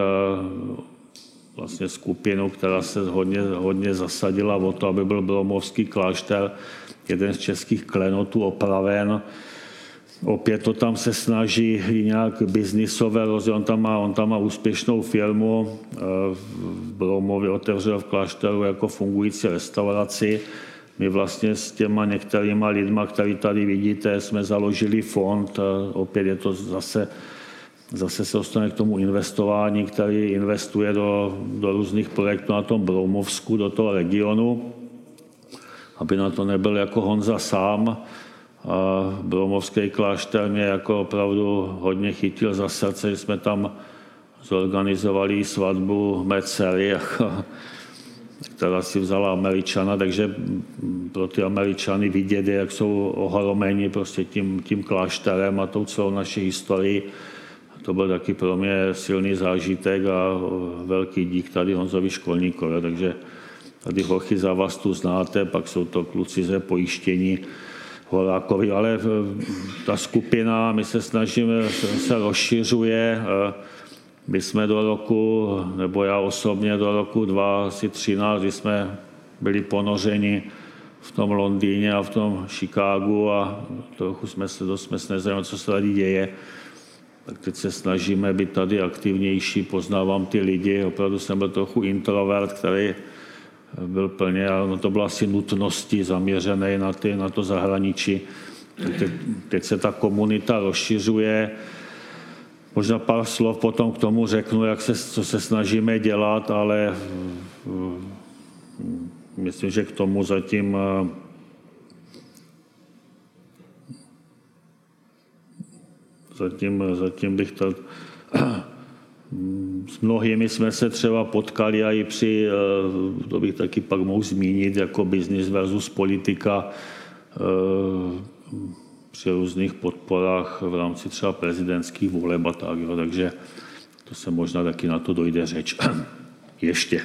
vlastně skupinu, která se hodně, hodně zasadila o to, aby byl Broumovský klášter, jeden z českých klenotů, opraven. Opět to tam se snaží i nějak biznisové rozděl. On tam má, on tam má úspěšnou firmu. V Broumově otevřel v klášteru jako fungující restauraci. My vlastně s těma některýma lidma, který tady vidíte, jsme založili fond. Opět je to zase, zase se dostane k tomu investování, který investuje do, do různých projektů na tom Broumovsku, do toho regionu, aby na to nebyl jako Honza sám. A Broumovský klášter mě jako opravdu hodně chytil za srdce, že jsme tam zorganizovali svatbu mé dcery, jako, která si vzala Američana, takže pro ty Američany vidět, jak jsou ohromeni prostě tím, tím klášterem a tou celou naší historii. To byl taky pro mě silný zážitek a velký dík tady Honzovi Školníkovi, takže tady hochy za vás tu znáte, pak jsou to kluci ze pojištění Horákovi, ale ta skupina, my se snažíme, se rozšiřuje. My jsme do roku, nebo já osobně do roku dva tisíce třináct, kdy jsme byli ponořeni v tom Londýně a v tom Chicagu a trochu jsme se dost jsme nezajímali, co se tady děje. Tak teď se snažíme být tady aktivnější, poznávám ty lidi. Opravdu jsem byl trochu introvert, který byl plně, ale to bylo asi nutnosti zaměřené na, ty, na to zahraničí. Teď, teď se ta komunita rozšiřuje. Možná pár slov potom k tomu řeknu, jak se, co se snažíme dělat, ale myslím, že k tomu zatím zatím, zatím bych to... S mnohými jsme se třeba potkali a i při, to bych taky pak mohl zmínit, jako business versus politika při různých podporách v rámci třeba prezidentských voleb a tak, jo, takže to se možná taky na to dojde řeč. Ještě.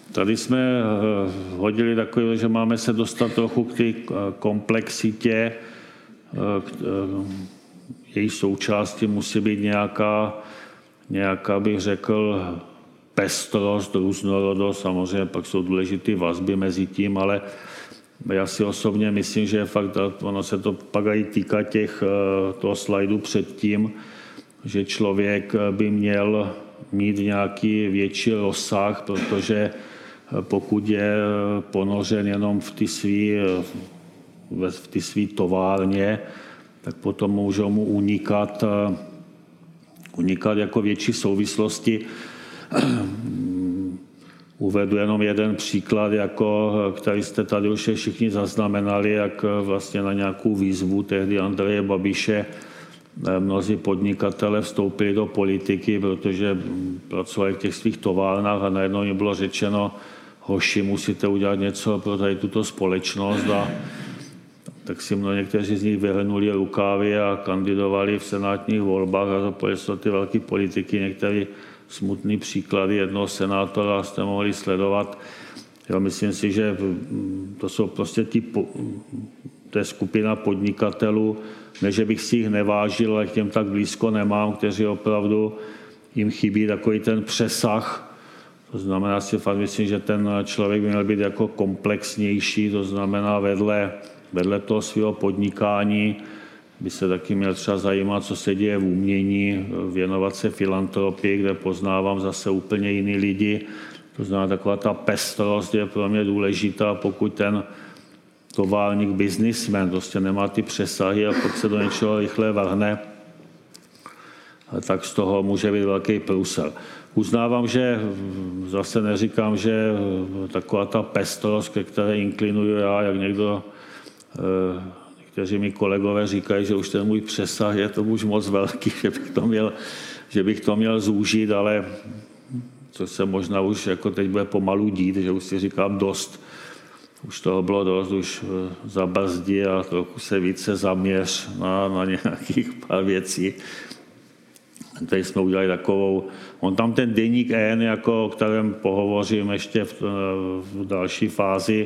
Tady jsme hodili takové, že máme se dostat trochu k té komplexitě. Její součástí musí být nějaká, nějaká bych řekl, pestrost, různorodost. Samozřejmě pak jsou důležité vazby mezi tím, ale já si osobně myslím, že fakt, ono se to pak i týká těch, toho slajdu předtím, že člověk by měl mít nějaký větší rozsah, protože pokud je ponořen jenom v ty svý, v ty svý továrně, tak potom můžou mu unikat, unikat jako větší souvislosti. Uvedu jenom jeden příklad, jako, který jste tady už všichni zaznamenali, jak vlastně na nějakou výzvu tehdy Andreje Babiše mnozí podnikatele vstoupili do politiky, protože pracovali v těch svých továrnách a najednou jim bylo řečeno, hoši, musíte udělat něco pro tady tuto společnost. A tak si mnoho někteří z nich vyhrnuli rukávy a kandidovali v senátních volbách a zapojili se ty velké politiky. Některé smutný příklady jednoho senátora jste mohli sledovat. Já myslím si, že to jsou prostě ti, to je skupina podnikatelů, ne, že bych si jich nevážil, ale k těm tak blízko nemám, kteří opravdu jim chybí takový ten přesah. To znamená, si fakt myslím, že ten člověk by měl být jako komplexnější, to znamená vedle, vedle toho svého podnikání by se taky měl třeba zajímat, co se děje v umění, věnovat se filantropii, kde poznávám zase úplně jiný lidi. To znamená, taková ta pestrost je pro mě důležitá, pokud ten továrník, biznismen prostě nemá ty přesahy a pokud se do něčeho rychle vrhne, tak z toho může být velký průser. Uznávám, že zase neříkám, že taková ta pestrost, ke které inklinuju já, jak někdo, někteří mi kolegové říkají, že už ten můj přesah je to už moc velký, že bych to měl, že bych to měl zúžit, ale co se možná už jako teď bude pomalu dít, že už si říkám dost. Už toho bylo dost, už zabrzdí a trochu se více zaměř na, na nějakých pár věcí. Tady jsme udělali takovou, on tam ten deník N, jako, o kterém pohovořím ještě v, v další fázi,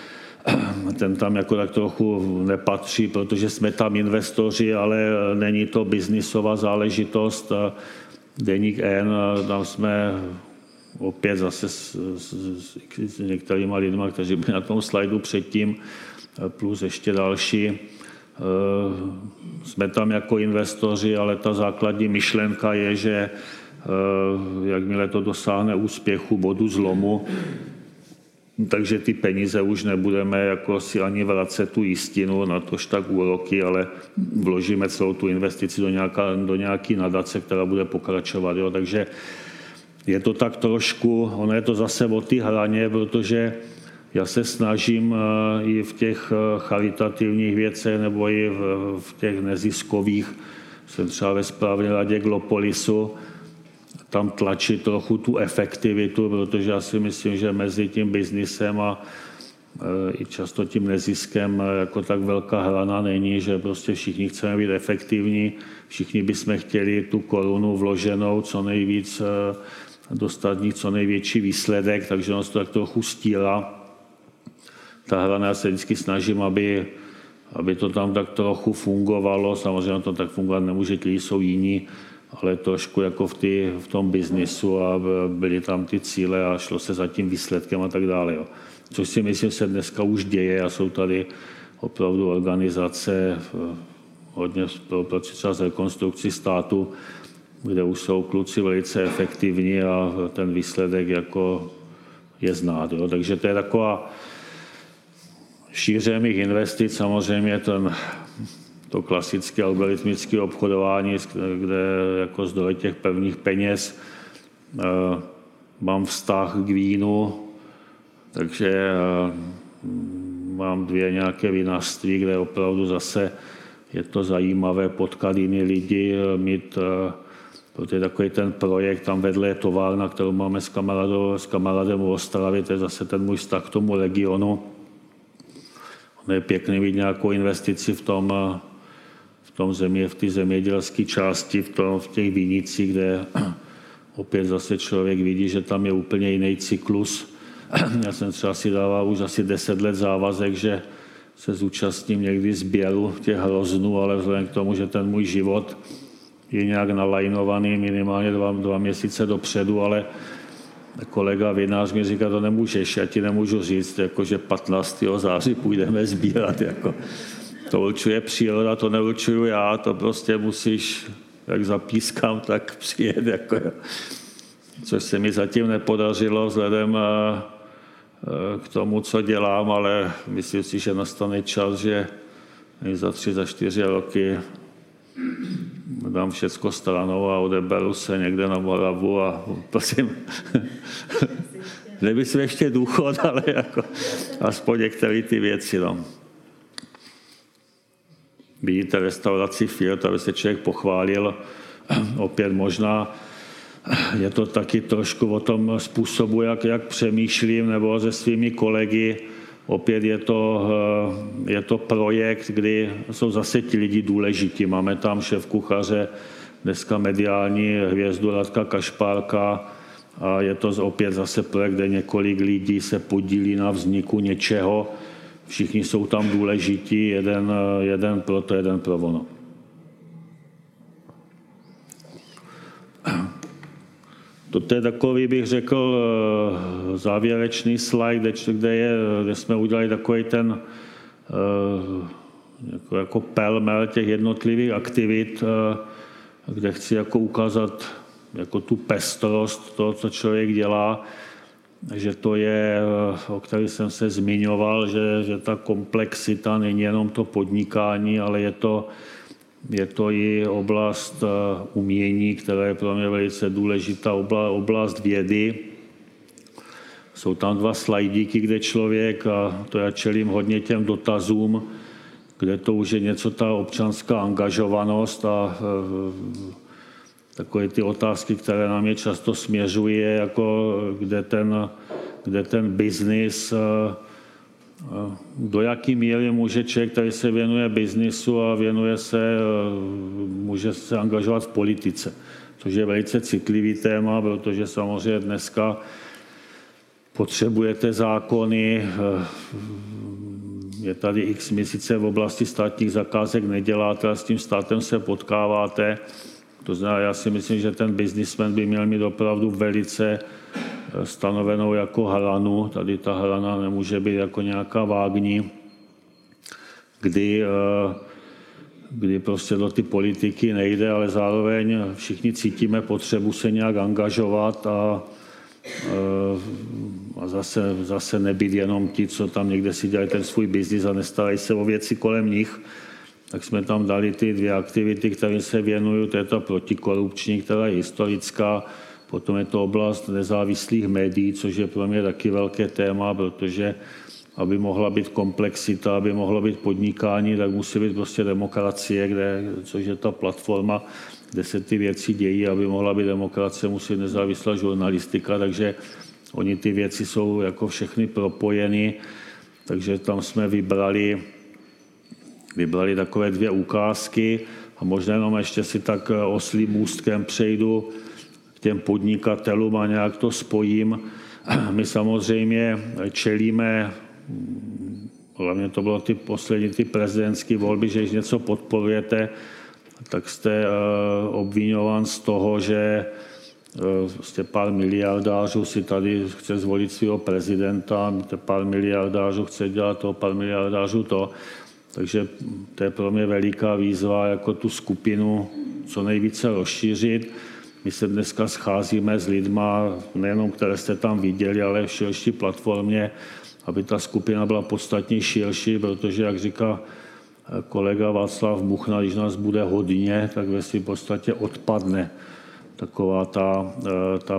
ten tam jako tak trochu nepatří, protože jsme tam investoři, ale není to biznisová záležitost. Deník N, tam jsme opět zase s, s, s některýma lidma, kteří byli na tom slajdu předtím, plus ještě další. Jsme tam jako investoři, ale ta základní myšlenka je, že jakmile to dosáhne úspěchu, bodu zlomu, takže ty peníze už nebudeme jako si ani vracet tu jistinu, na tož tak úroky, ale vložíme celou tu investici do, nějaká, do nějaký nadace, která bude pokračovat. Jo. Takže je to tak trošku, ono je to zase o té hraně, protože já se snažím i v těch charitativních věcech nebo i v těch neziskových, jsem třeba ve správní radě Glopolisu, tam tlačit trochu tu efektivitu, protože já si myslím, že mezi tím biznisem a i často tím neziskem jako tak velká hrana není, že prostě všichni chceme být efektivní, všichni bychom chtěli tu korunu vloženou co nejvíc, dostat ní co největší výsledek, takže ono se to tak trochu stírá. Ta hrana, já se vždycky snažím, aby, aby to tam tak trochu fungovalo. Samozřejmě to tak fungovat nemůže, lidi jsou jiní, ale trošku jako v, ty, v tom biznisu a byly tam ty cíle a šlo se za tím výsledkem a tak dále. Jo. Což si myslím, se dneska už děje a jsou tady opravdu organizace, hodně spolupráce třeba s Rekonstrukcí státu, kde už jsou kluci velice efektivní a ten výsledek jako je znát. Jo. Takže to je taková šíře mých investic, samozřejmě ten, to klasické algoritmické obchodování, kde jako zdroj těch pevných peněz e, mám vztah k vínu, takže e, mám dvě nějaké vinařství, kde opravdu zase je to zajímavé potkat jiný lidi, mít e, protože takový ten projekt, tam vedle je továrna, kterou máme s kamarádem, s kamarádem v Ostravě, to je zase ten můj vztah k tomu regionu. Je pěkný mít nějakou investici v tom, v tom země, v té zemědělské části, v, tom, v těch vinicích, kde opět zase člověk vidí, že tam je úplně jiný cyklus Já jsem třeba si dával už asi deset let závazek, že se zúčastním někdy sběru těch hroznů, ale vzhledem k tomu, že ten můj život je nějak nalajnovaný minimálně dva, dva měsíce dopředu, ale kolega vinář mi říká, to nemůžeš, já ti nemůžu říct, jako, že patnáctého září půjdeme sbírat. Jako. To určuje příroda, to neurčuju já, to prostě musíš, jak zapískám, tak přijet. Jako, což se mi zatím nepodařilo vzhledem k tomu, co dělám, ale myslím si, že nastane čas, že za tři, za čtyři roky dám všecko stranou a odeberu se někde na Moravu a prosím, nemyslím ještě důchod, ale jako aspoň některé ty věci. No. Vidíte restauraci Field, aby se člověk pochválil, opět možná je to taky trošku o tom způsobu, jak, jak přemýšlím, nebo se svými kolegy. Opět je to, je to projekt, kdy jsou zase ti lidi důležití. Máme tam šéf kuchaře, dneska mediální hvězdu Radka Kašpárka a je to opět zase projekt, kde několik lidí se podílí na vzniku něčeho. Všichni jsou tam důležití, jeden, jeden pro to, jeden pro ono. Toto je takový, bych řekl, závěrečný slide, kde, je, kde jsme udělali takový ten jako, jako pelmel těch jednotlivých aktivit, kde chci jako ukázat jako tu pestrost toho, co člověk dělá, že to je, o který jsem se zmiňoval, že, že ta komplexita není jenom to podnikání, ale je to Je to i oblast umění, která je pro mě velice důležitá, oblast vědy. Jsou tam dva slajdíky, kde člověk, a to já čelím hodně těm dotazům, kde to už je něco ta občanská angažovanost a takové ty otázky, které nám je často směřují, jako kde ten, kde ten biznis, do jaký míry může člověk, který se věnuje biznisu a věnuje se, může se angažovat v politice. Což je velice citlivý téma, protože samozřejmě dneska potřebujete zákony, je tady x měsíce v oblasti státních zakázek neděláte a s tím státem se potkáváte. To znamená, já si myslím, že ten biznismen by měl mít opravdu velice stanovenou jako hranu. Tady ta hrana nemůže být jako nějaká vágní, kdy, kdy prostě do ty politiky nejde, ale zároveň všichni cítíme potřebu se nějak angažovat a, a zase, zase nebýt jenom ti, co tam někde si dělají ten svůj biznis a nestarají se o věci kolem nich. Tak jsme tam dali ty dvě aktivity, které se věnují, to je ta protikorupční, která je historická. Potom je to oblast nezávislých médií, což je pro mě taky velké téma, protože aby mohla být komplexita, aby mohlo být podnikání, tak musí být prostě demokracie, kde, což je ta platforma, kde se ty věci dějí. Aby mohla být demokracie, musí být nezávislá žurnalistika, takže oni ty věci jsou jako všechny propojeny. Takže tam jsme vybrali, vybrali takové dvě ukázky a možná jenom ještě si tak oslím můstkem přejdu těm podnikatelům a nějak to spojím. My samozřejmě čelíme, hlavně to bylo ty poslední ty prezidentské volby, že když něco podporujete, tak jste obviňován z toho, že prostě pár miliardářů si tady chce zvolit svého prezidenta, pár miliardářů chce dělat to, pár miliardářů to. Takže to je pro mě veliká výzva, jako tu skupinu co nejvíce rozšířit. My se dneska scházíme s lidma, nejenom které jste tam viděli, ale v širší platformě, aby ta skupina byla podstatně širší, protože, jak říká kolega Václav Muchna, když nás bude hodně, tak ve svým podstatě odpadne taková ta, ta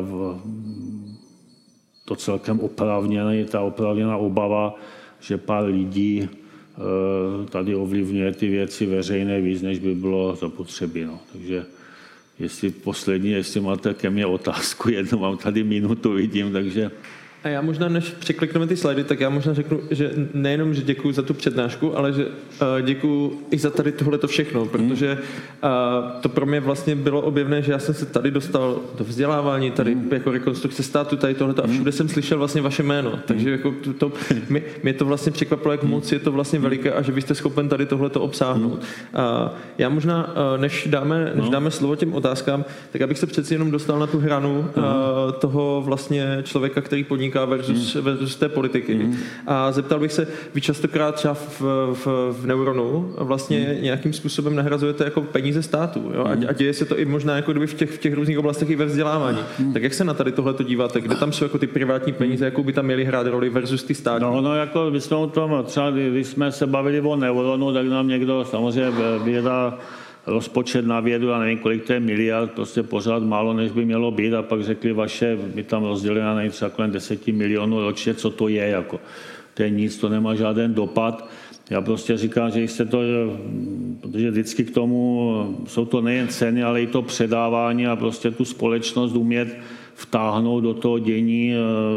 to celkem oprávněná, ta oprávněná obava, že pár lidí tady ovlivňuje ty věci veřejné víc, než by bylo zapotřebí. No. Takže jestli poslední, jestli máte ke mně otázku, jednu mám tady minutu, vidím, takže A já možná, než překlikneme ty slajdy, tak já možná řeknu, že nejenom, že děkuju za tu přednášku, ale že uh, děkuju i za tady tohleto všechno, protože uh, to pro mě vlastně bylo objevné, že já jsem se tady dostal do vzdělávání, tady mm. jako rekonstrukce státu, tady tohleto a všude jsem slyšel vlastně vaše jméno, mm. takže jako to, to, mě, mě to vlastně překvapilo, jak moc je to vlastně veliké a že vy jste schopen tady tohleto obsáhnout. Uh, já možná, uh, než dáme, než dáme slovo těm otázkám, tak abych se přeci jenom dostal na tu hranu uh, toho vlastně člověka, který podniká versus, mm. versus té politiky. Mm. A zeptal bych se, vy častokrát třeba v, v, v Neuronu vlastně mm. nějakým způsobem nahrazujete jako peníze státu. Jo? A, a děje se to i možná jako kdyby v těch, v těch různých oblastech i ve vzdělávání. Mm. Tak jak se na tady tohleto díváte? Kde tam jsou jako ty privátní peníze, jakou by tam měly hrát roli versus ty státní? No, no jako my jsme o tom, třeba když jsme se bavili o Neuronu, tak nám někdo samozřejmě věda rozpočet na vědu, a nevím, kolik to je miliard, prostě pořád málo, než by mělo být, a pak řekli vaše, my tam rozdělíme na třeba kolem deset milionů ročně, co to je, jako. To je nic, to nemá žádný dopad. Já prostě říkám, že jste to, protože vždycky k tomu jsou to nejen ceny, ale i to předávání a prostě tu společnost umět vtáhnout do toho dění,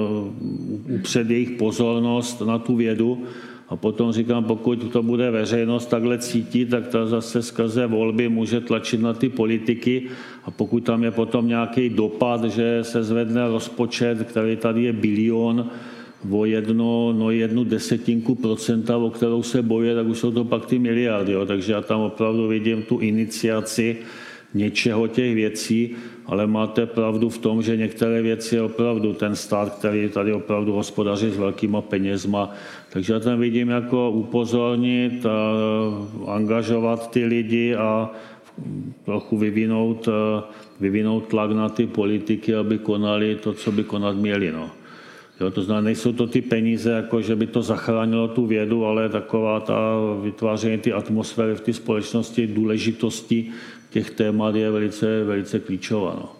upřed jejich pozornost na tu vědu. A potom říkám, pokud to bude veřejnost takhle cítit, tak ta zase skrze volby může tlačit na ty politiky, a pokud tam je potom nějaký dopad, že se zvedne rozpočet, který tady je bilion, o jedno, no jednu desetinku procenta, o kterou se bojuje, tak už jsou to pak ty miliardy. Jo. Takže já tam opravdu vidím tu iniciaci něčeho těch věcí, ale máte pravdu v tom, že některé věci je opravdu ten stát, který tady opravdu hospodaří s velkýma penězma. Takže já tam vidím jako upozornit, a angažovat ty lidi a trochu vyvinout, vyvinout tlak na ty politiky, aby konali to, co by konat měli. No. Jo, to znamená, nejsou to ty peníze, jako že by to zachránilo tu vědu, ale taková ta vytváření ty atmosféry v té společnosti, důležitosti těch témat je velice, velice klíčová. No.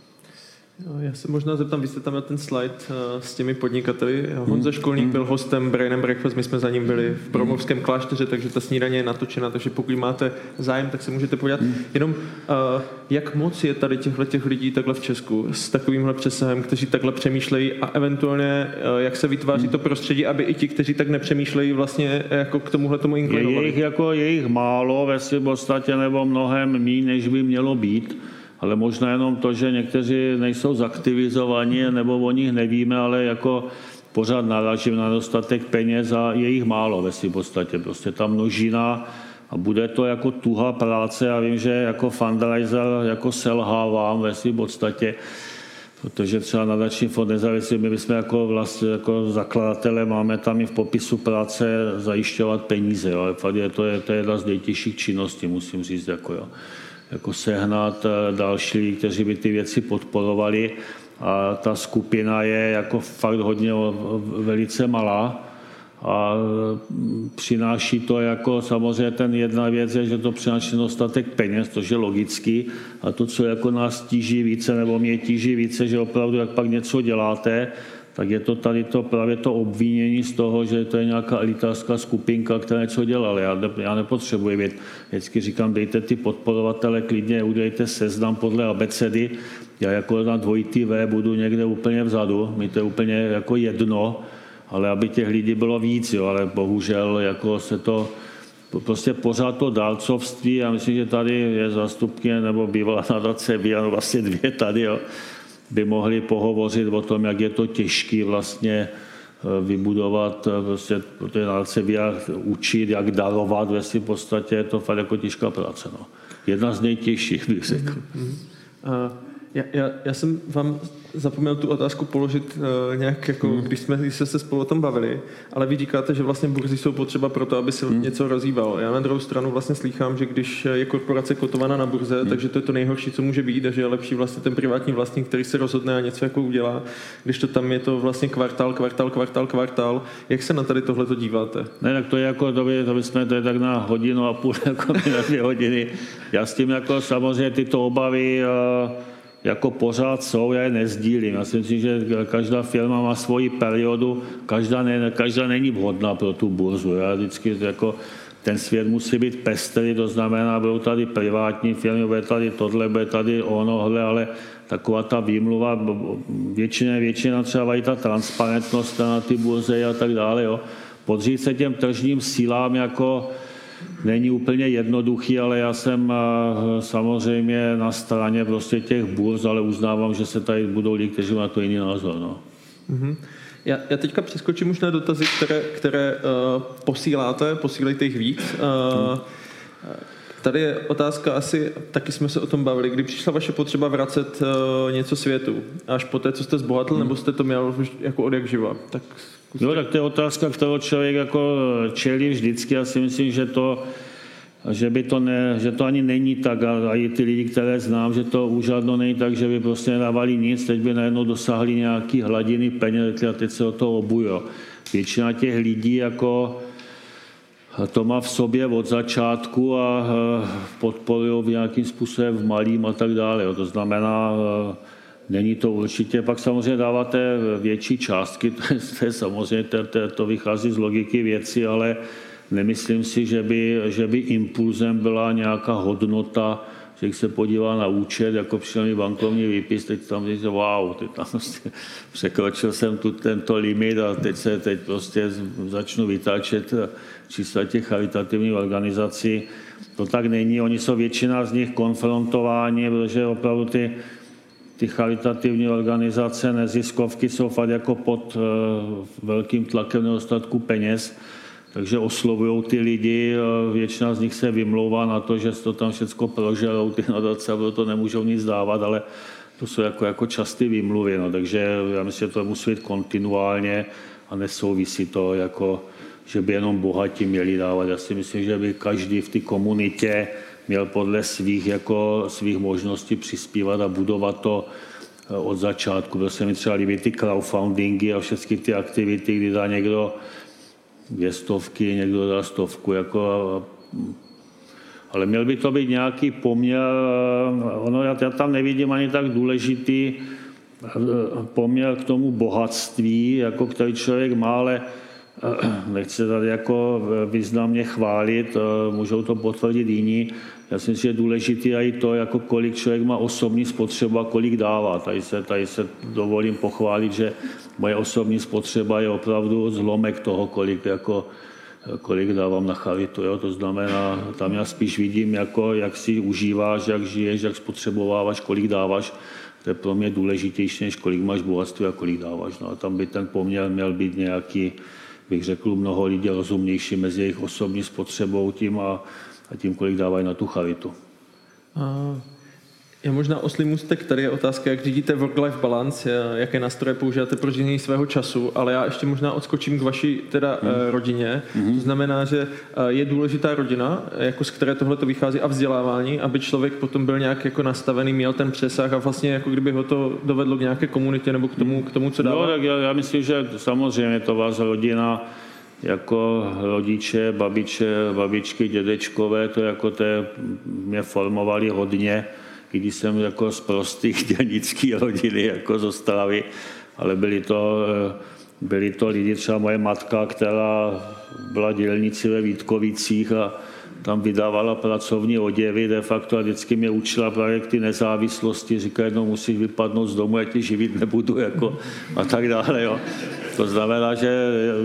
Já se možná zeptám, vy jste tam měl ten slide s těmi podnikateli. Honza Školník byl hostem Brain and Breakfast, my jsme za ním byli v Bromovském klášteře, takže ta snídaně je natočena, takže pokud máte zájem, tak se můžete podívat. Jenom jak moc je tady těchto těch lidí takhle v Česku s takovýmhle přesahem, kteří takhle přemýšlejí, a eventuálně jak se vytváří to prostředí, aby i ti, kteří tak nepřemýšlejí, vlastně jako k tomuhle tomu inklinovali? Je jich, jako, je jich málo ve svým podstatě, nebo mnohem méně, než by mělo být. Ale možná jenom to, že někteří nejsou zaktivizovaní, nebo o nich nevíme, ale jako pořád narážím na dostatek peněz a je jich málo ve svým podstatě. Prostě ta množina a bude to jako tuhá práce. Já vím, že jako fundraiser jako selhávám ve svým podstatě, protože třeba nadační fond nezávislý, my jsme jako vlastně jako zakladatelé, máme tam i v popisu práce zajišťovat peníze. Jo. To, je, to, je, to je jedna z nejtěžších činností, musím říct. Jako, jo. Jako sehnat další, kteří by ty věci podporovali, a ta skupina je jako fakt hodně velice malá a přináší to jako samozřejmě ten jedna věc je, že to přináší dostatek peněz, to je logický, a to, co jako nás tíží více nebo mě tíží více, že opravdu jak pak něco děláte, tak je to tady to právě to obvinění z toho, že to je nějaká elitářská skupinka, která něco dělala. Já, ne, já nepotřebuji vědět. Vždycky říkám, dejte ty podporovatele klidně, udělejte seznam podle abecedy. Já jako na dvojitý V budu někde úplně vzadu, mi to je úplně jako jedno, ale aby těch lidí bylo víc, jo, ale bohužel jako se to prostě pořád to dárcovství, já myslím, že tady je zástupkyně nebo bývalá nadace Viano, vlastně dvě tady, jo, by mohli pohovořit o tom, jak je to těžké vlastně vybudovat, prostě, protože nadace Via učit, jak darovat, ve svým podstatě je to fakt jako těžká práce. No. Jedna z nejtěžších, bych řekl. Uh, já, já, já jsem vám zapomněl tu otázku položit uh, nějak, jako, hmm. když jsme když se spolu o tom bavili, ale vy říkáte, že vlastně burzy jsou potřeba pro to, aby se hmm. něco rozhýbalo. Já na druhou stranu vlastně slýchám, že když je korporace kotovaná na burze, hmm. takže to je to nejhorší, co může být, a že je lepší vlastně ten privátní vlastník, který se rozhodne a něco jako udělá, když to tam je to vlastně kvartál, kvartál, kvartál, kvartál. Jak se na tady tohleto díváte? Ne, tak to je jako, to by, to by jsme, to je tak na hodinu a půl, jako na dvě hodiny. Já s tím jako samozřejmě tyto obavy uh, jako pořád jsou, já je nezdílím. Já si myslím, že každá firma má svoji periodu, každá, ne, každá není vhodná pro tu burzu. Já vždycky jako ten svět musí být pestrý, to znamená, budou tady privátní firmy, bude tady tohle, bude tady onohle, ale taková ta výmluva, většině, většina třeba i ta transparentnost na ty burze a tak dále, jo. Podřít se těm tržním sílám jako není úplně jednoduchý, ale já jsem samozřejmě na straně prostě těch burz, ale uznávám, že se tady budou lidi, kteří mají to jiný názor. No. Mm-hmm. Já, já teďka přeskočím už na dotazy, které, které uh, posíláte, posílejte jich víc. Uh, tady je otázka asi, taky jsme se o tom bavili, kdy přišla vaše potřeba vracet uh, něco světu, až po té, co jste zbohatl, nebo jste to měl jako od jak živa? Tak zkuste. No, tak to je otázka, kterou člověk jako čelí vždycky. Já si myslím, že to, že by to, ne, že to ani není tak, a i ty lidi, které znám, že to úžadno není tak, že by prostě nedávali nic, teď by najednou dosáhli nějaký hladiny peněz a teď se o to obují. Většina těch lidí jako to má v sobě od začátku a podporují v nějakým způsobem v malým a tak dále. To znamená, není to určitě, pak samozřejmě dáváte větší částky, to je, to je samozřejmě, to, to, to vychází z logiky věci, ale nemyslím si, že by, že by impulzem byla nějaká hodnota, že když se podívá na účet, jako přišel mi bankovní výpis, teď tam říct, wow, teď tam prostě překročil jsem tu tento limit a teď se teď prostě začnu vytáčet čísla těch charitativních organizací. To tak není, oni jsou většina z nich konfrontováni, protože opravdu ty, ty charitativní organizace, neziskovky jsou fakt jako pod uh, velkým tlakem nedostatku peněz, takže oslovují ty lidi, většina z nich se vymlouvá na to, že to tam všechno prožerou, ty nadace, a to nemůžou nic dávat, ale to jsou jako, jako časté výmluvy, no, takže já myslím, že to musí být kontinuálně a nesouvisí to, jako, že by jenom bohatí měli dávat. Já si myslím, že by každý v té komunitě měl podle svých, jako, svých možností přispívat a budovat to od začátku. Byl se mi třeba líbí ty crowdfundingy a všechny ty aktivity, kdy dá někdo dvě stovky, někdo dá stovku, jako, ale měl by to být nějaký poměr, ono, já, já tam nevidím ani tak důležitý poměr k tomu bohatství, jako který člověk má, ale nechci se tady jako významně chválit, můžou to potvrdit jiní. Já si myslím, že je důležitý i to, jako kolik člověk má osobní spotřebu a kolik dává. Tady se, tady se dovolím pochválit, že moje osobní spotřeba je opravdu zlomek toho, kolik, jako, kolik dávám na charitu. Jo? To znamená, tam já spíš vidím, jako, jak si užíváš, jak žiješ, jak spotřebováváš, kolik dáváš. To je pro mě důležitější, než kolik máš bohatství a kolik dáváš. No a tam by ten poměr měl být nějaký, bych řekl, mnoho lidí rozumnější mezi jejich osobní spotřebou tím a, a tím, kolik dávají na tu charitu. A já možná oslý můstek, tady je otázka, jak řídíte work-life balance, jaké nástroje používáte pro řízení svého času, ale já ještě možná odskočím k vaší teda hmm. rodině. Hmm. To znamená, že je důležitá rodina, jako z které tohle to vychází, a vzdělávání, aby člověk potom byl nějak jako nastavený, měl ten přesah a vlastně jako kdyby ho to dovedlo k nějaké komunitě nebo k tomu, k tomu co dává. No, tak já, já myslím, že samozřejmě to vás rodina, jako rodiče, babiče, babičky, dědečkové, to jako te mě formovali hodně, když jsem jako z prostých dělnických rodiny, jako z Ostravy, ale byli to, byli to lidi, třeba moje matka, která byla dělnici ve Vítkovicích a tam vydávala pracovní oděvy de facto a vždycky mě učila právě k ty nezávislosti, říká, jednou musíš vypadnout z domu, já ti živit nebudu, jako, a tak dále. Jo. To znamená, že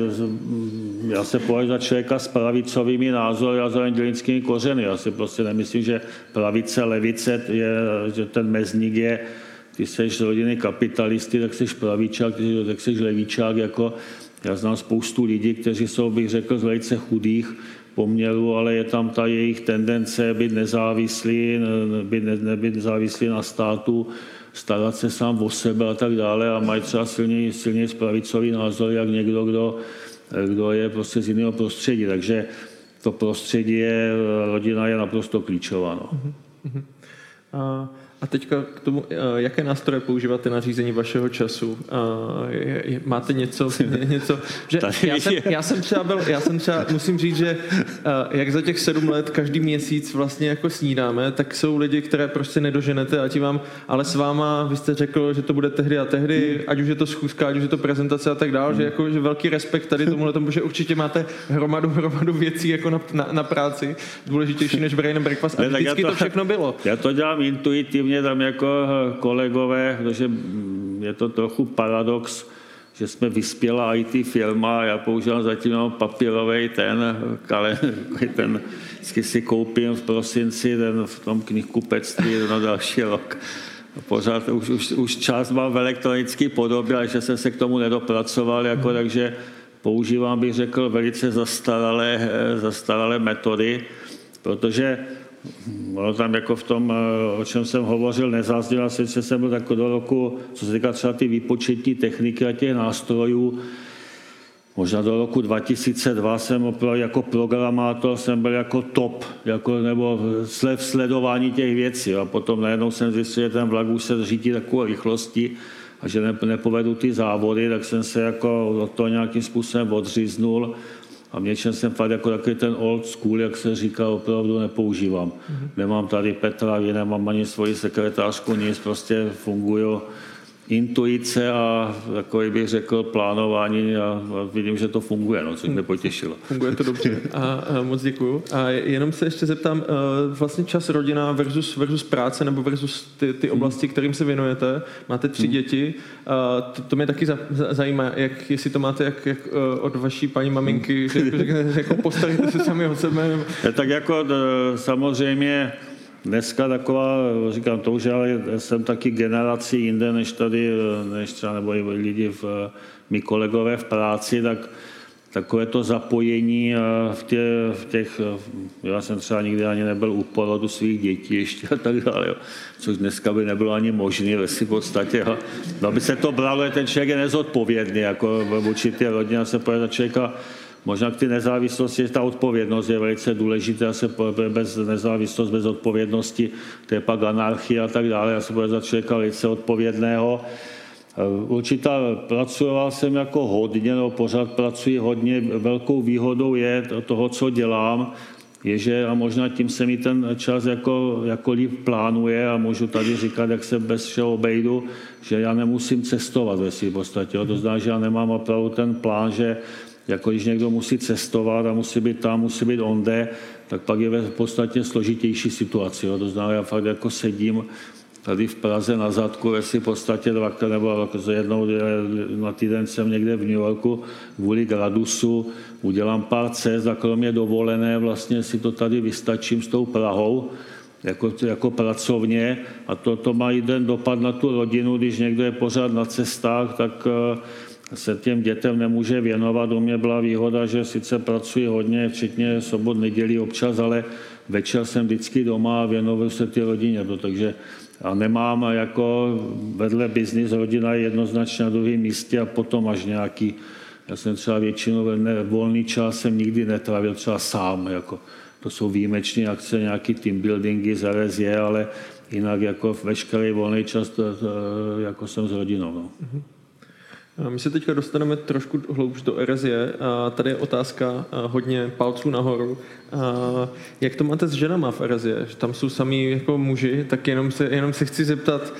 já se považuji za člověka s pravicovými názory a za dělnickými kořeny. Já si prostě nemyslím, že pravice, levice, je, že ten mezník je, ty jsi z rodiny kapitalisty, tak jsi pravičák, tak jsi levičák. Jako, já znám spoustu lidí, kteří jsou, bych řekl, z velice chudých poměrů, ale je tam ta jejich tendence být nezávislí, být, ne, být nezávislí na státu, starat se sám o sebe a tak dále a mají třeba silněji, silněji pravicový názor, jak někdo, kdo, kdo je prostě z jiného prostředí. Takže to prostředí, je, rodina je naprosto klíčová. No. Uh-huh. Uh, A teďka k tomu, jaké nástroje používáte na řízení vašeho času? Máte něco, něco že já, jsem, já jsem třeba byl, já jsem třeba, musím říct, že jak za těch sedm let každý měsíc vlastně jako snídáme, tak jsou lidi, které prostě nedoženete a ti vám, ale s váma, vy jste řekl, že to bude tehdy a tehdy, ať už je to schůzka, ať už je to prezentace a tak dál, že jako, že velký respekt tady tomuhle tomu, že určitě máte hromadu, hromadu věcí jako na, na, na práci, důležitější než brain and breakfast a vždycky to, to všechno bylo. Já to dělám intuitivně tam jako kolegové, protože je to trochu paradox, že jsme vyspělá í té firma, já používám zatím jenom papírovej ten, ten vždycky si koupím v prosinci ten v tom knihkupectví na další rok. Pořád už, už, už část mám v elektronické podobě, ale že jsem se k tomu nedopracoval, jako, takže používám, bych řekl, velice zastaralé, zastaralé metody, protože ono tam jako v tom, o čem jsem hovořil, nezaznělo, že jsem byl tak do roku, co se týká třeba ty výpočetní techniky a těch nástrojů, možná do roku dva tisíce dva jsem opravdu jako programátor jsem byl jako top, jako, nebo v sledování těch věcí. A potom najednou jsem zjistil, že ten vlak už se řídí takovou rychlostí a že nepovedu ty závody, tak jsem se jako od toho nějakým způsobem odříznul. A v něčem jsem fakt jako takový ten old school, jak se říká, opravdu nepoužívám. Mm-hmm. Nemám tady Petra, nemám ani svoji sekretářku, nic, prostě fungují intuice a takový bych řekl plánování a vidím, že to funguje, no, což mě potěšilo. Funguje to dobře a, a moc děkuju. A jenom se ještě zeptám, vlastně čas rodina versus, versus práce nebo versus ty, ty oblasti, kterým se věnujete. Máte tři hmm. děti, a to, to mě taky zajímá, jak, jestli to máte jak, jak od vaší paní maminky, hmm. že, že, že jako postavíte se sami o sebe. Tak jako samozřejmě dneska taková, říkám to už, ale jsem taky generací jinde, než tady, než třeba nebo i lidi, v, mý kolegové v práci, tak takové to zapojení v, tě, v těch, já jsem třeba nikdy ani nebyl u porodu svých dětí ještě a tak dále, jo, což dneska by nebylo ani možné ve v podstatě. Jo. No, aby se to bralo, ten člověk je nezodpovědný, jako v určitě rodině se povede člověka. Možná k ty nezávislosti, ta odpovědnost je velice důležitá, se bez nezávislosti, bez odpovědnosti, to je pak anarchie a tak dále, já se bude za člověka velice odpovědného. Určitá, pracoval jsem jako hodně, no pořád pracuji hodně, velkou výhodou je toho, co dělám, je, že a možná tím se mi ten čas jako, jako líp plánuje a můžu tady říkat, jak se bez všeho obejdu, že já nemusím cestovat ve svým podstatě, to znamená, že já nemám opravdu ten plán, že jako když někdo musí cestovat a musí být tam, musí být onde, tak pak je v podstatě složitější situace. Jo. To znamená, já fakt jako sedím tady v Praze na zadku, jestli v podstatě dvakrát nebo jednou na týden jsem někde v New Yorku kvůli gradusu, udělám pár cest a kromě dovolené vlastně si to tady vystačím s tou Prahou, jako, jako pracovně a to, to má jeden dopad na tu rodinu, když někdo je pořád na cestách, tak se těm dětem nemůže věnovat. U mě byla výhoda, že sice pracuji hodně, včetně sobot, nedělí občas, ale večer jsem vždycky doma a věnuju se ty rodině. Takže a nemám jako vedle biznis, rodina je jednoznačně na druhém místě a potom až nějaký, já jsem třeba většinou volný čas jsem nikdy netrávil třeba sám. Jako, to jsou výjimečné akce, nějaký team buildingy, zaraz je, ale jinak jako veškerý volný čas to, to, jako jsem s rodinou. No. Mm-hmm. My se teďka dostaneme trošku hloubš do erezie. Tady je otázka hodně palců nahoru. Jak to máte s ženama v erezie? Že tam jsou samý jako muži, tak jenom se, jenom se chci zeptat,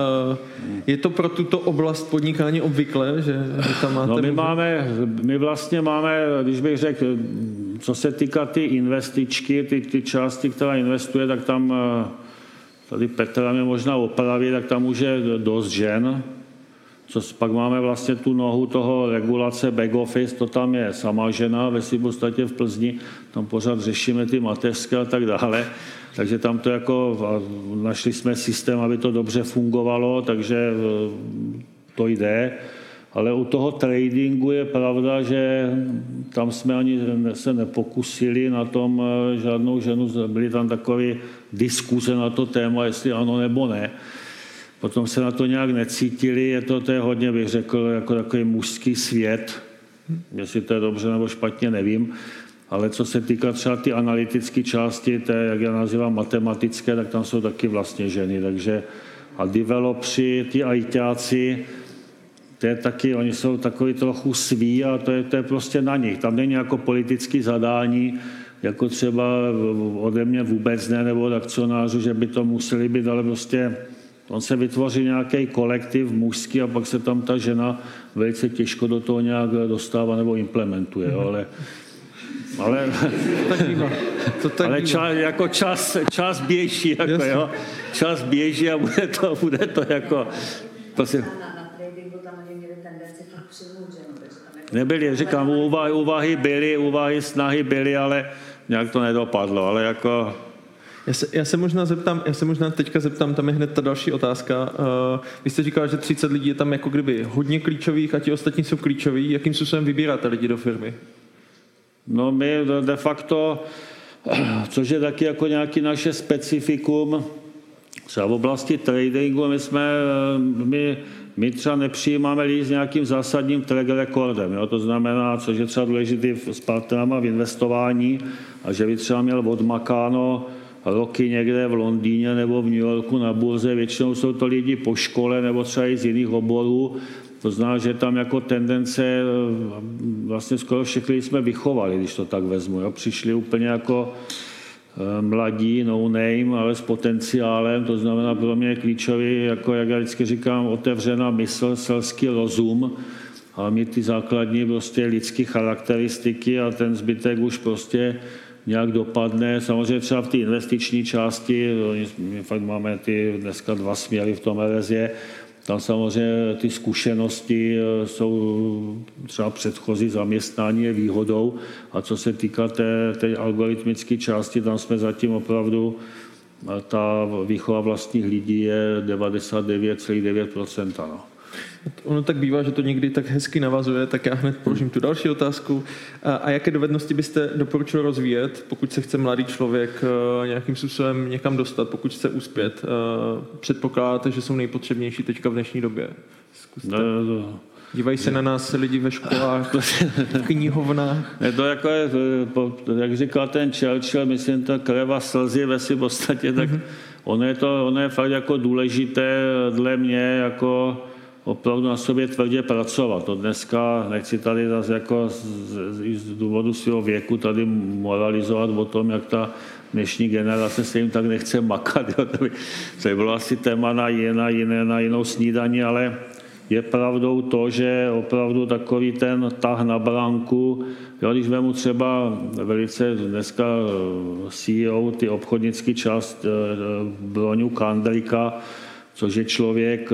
je to pro tuto oblast podnikání obvyklé, že, že tam máte no my muži? máme, my vlastně máme, když bych řekl, co se týká ty investičky, ty, ty části, která investuje, tak tam, tady Petra mě možná opraví, tak tam už je dost žen. Co pak máme vlastně tu nohu toho regulace back office, to tam je sama žena ve svým podstatě v Plzni, tam pořád řešíme ty mateřské a tak dále, takže tam to jako, našli jsme systém, aby to dobře fungovalo, takže to jde, ale u toho tradingu je pravda, že tam jsme ani se nepokusili na tom žádnou ženu, byly tam takové diskuze na to téma, jestli ano nebo ne. Potom se na to nějak necítili, je to, to je hodně, bych řekl, jako takový mužský svět, jestli to je dobře nebo špatně, nevím, ale co se týká třeba ty analytické části, té, jak já nazývám matematické, tak tam jsou taky vlastně ženy, takže a developři, ty ajťáci, to je taky, oni jsou takový trochu sví a to je, to je prostě na nich. Tam není jako politické zadání, jako třeba ode mě vůbec ne, nebo od akcionářů, že by to museli být, ale prostě on se vytvoří nějaký kolektiv mužský a pak se tam ta žena velice těžko do toho nějak dostává nebo implementuje, mm-hmm. ale ale, tak bývá. To tak ale čas, jako čas, čas běží, jako, jo? Čas běží a bude to, bude to jako... Prosím. Na, na tradingu tam oni měli tendenci fakt přijmout ženu. Nebyly, říkám, úvahy, úvahy byly, úvahy, snahy byly, ale nějak to nedopadlo, ale jako... Já se, já se možná zeptám, já se možná teďka zeptám, tam je hned ta další otázka. Uh, vy jste říkal, že třicet lidí je tam jako kdyby hodně klíčových a ti ostatní jsou klíčoví. Jakým způsobem vybíráte lidi do firmy? No my de facto, což je taky jako nějaký naše specifikum, třeba v oblasti tradingu, my jsme, my, my třeba nepřijímáme lidi s nějakým zásadním track recordem, jo? To znamená, což je třeba důležitý s partnerama v investování, a že by třeba měl odmakáno roky někde v Londýně nebo v New Yorku na burze, většinou jsou to lidi po škole nebo třeba i z jiných oborů. To znamená, že tam jako tendence, vlastně skoro všechny jsme vychovali, když to tak vezmu. Jo. Přišli úplně jako mladí, no name, ale s potenciálem, to znamená pro mě klíčový, jako jak já vždycky říkám, otevřená mysl, selský rozum, ale mít ty základní prostě lidské charakteristiky a ten zbytek už prostě nějak dopadne. Samozřejmě třeba v té investiční části, my fakt máme ty dneska dva směry v tom er es je, tam samozřejmě ty zkušenosti jsou třeba předchozí zaměstnání je výhodou a co se týká té, té algoritmické části, tam jsme zatím opravdu, ta výchova vlastních lidí je devadesát devět celá devět procent. No. Ono tak bývá, že to někdy tak hezky navazuje, tak já hned položím tu další otázku. A, a jaké dovednosti byste doporučil rozvíjet, pokud se chce mladý člověk nějakým způsobem někam dostat, pokud chce uspět? Předpokládáte, že jsou nejpotřebnější teďka v dnešní době? Zkuste. No, no. Dívají se na nás lidi ve školách, v knihovnách. Je to jako, je, jak říkal ten Churchill, myslím, ta krev a slzy ve si v podstatě, tak mm-hmm. ono je to, ono je fakt jako důležité dle mě, jako opravdu na sobě tvrdě pracovat. To dneska nechci tady zase jako z, z, z důvodu svého věku tady moralizovat o tom, jak ta dnešní generace se jim tak nechce makat. Jo. To, by, to by bylo asi téma na, jiné, jiné, na jinou snídaní, ale je pravdou to, že opravdu takový ten tah na bránku, jo, když vemu třeba velice dneska C E O, ty obchodnický část Broňu Kandrika, což je člověk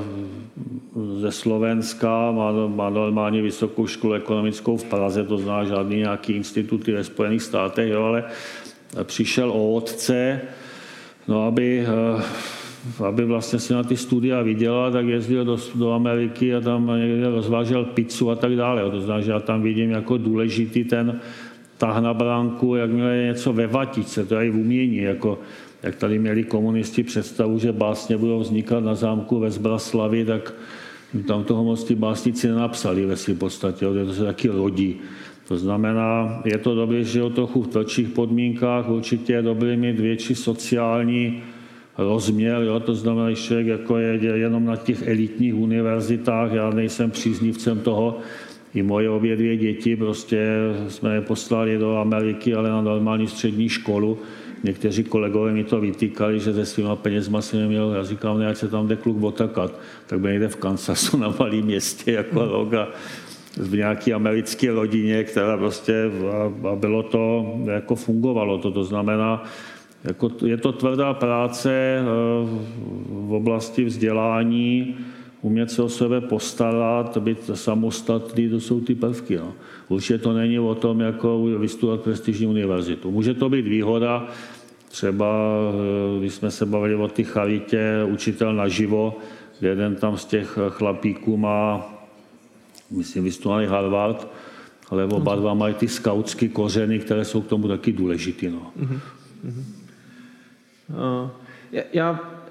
ze Slovenska, má, má normálně vysokou školu ekonomickou v Praze, to zná žádný nějaký instituty ve Spojených státech, jo, ale přišel o otce, no aby, aby vlastně si na ty studia vydělal, tak jezdil do, do Ameriky a tam někde rozvážel pizzu a tak dále. Jo. To znamená, že já tam vidím jako důležitý ten tah na bránku, jakmile je něco ve vatičce, to je i v umění, jako jak tady měli komunisti představu, že básně budou vznikat na zámku ve Zbraslavi, tak tam toho moc ty básníci nenapsali ve svým podstatě, to se taky rodí. To znamená, je to dobré, že o trochu v tvrdších podmínkách, určitě je dobré mít větší sociální rozměr, jo? To znamená, že člověk jako je jenom na těch elitních univerzitách, já nejsem příznivcem toho, i moje obě dvě děti, prostě jsme je poslali do Ameriky, ale na normální střední školu. Někteří kolegové mi to vytýkali, že se svýma penězma si neměl. Já říkám, ne, ať se tam jde kluk otakat. Tak byl někde v Kansasu na malém městě jako rok a v nějaké americké rodině, která prostě, a bylo to, jako fungovalo to. To znamená, jako je to tvrdá práce v oblasti vzdělání, umět se o sebe postarat, být samostatný, to jsou ty prvky. No. Určitě to není o tom, jako vystudovat prestižní univerzitu. Může to být výhoda, třeba když jsme se bavili o té charitě, učitel naživo, jeden tam z těch chlapíků má, myslím, vystudovaný Harvard, ale oba dva mají ty skautské kořeny, které jsou k tomu taky důležitý. No. Uh-huh. Uh, já, já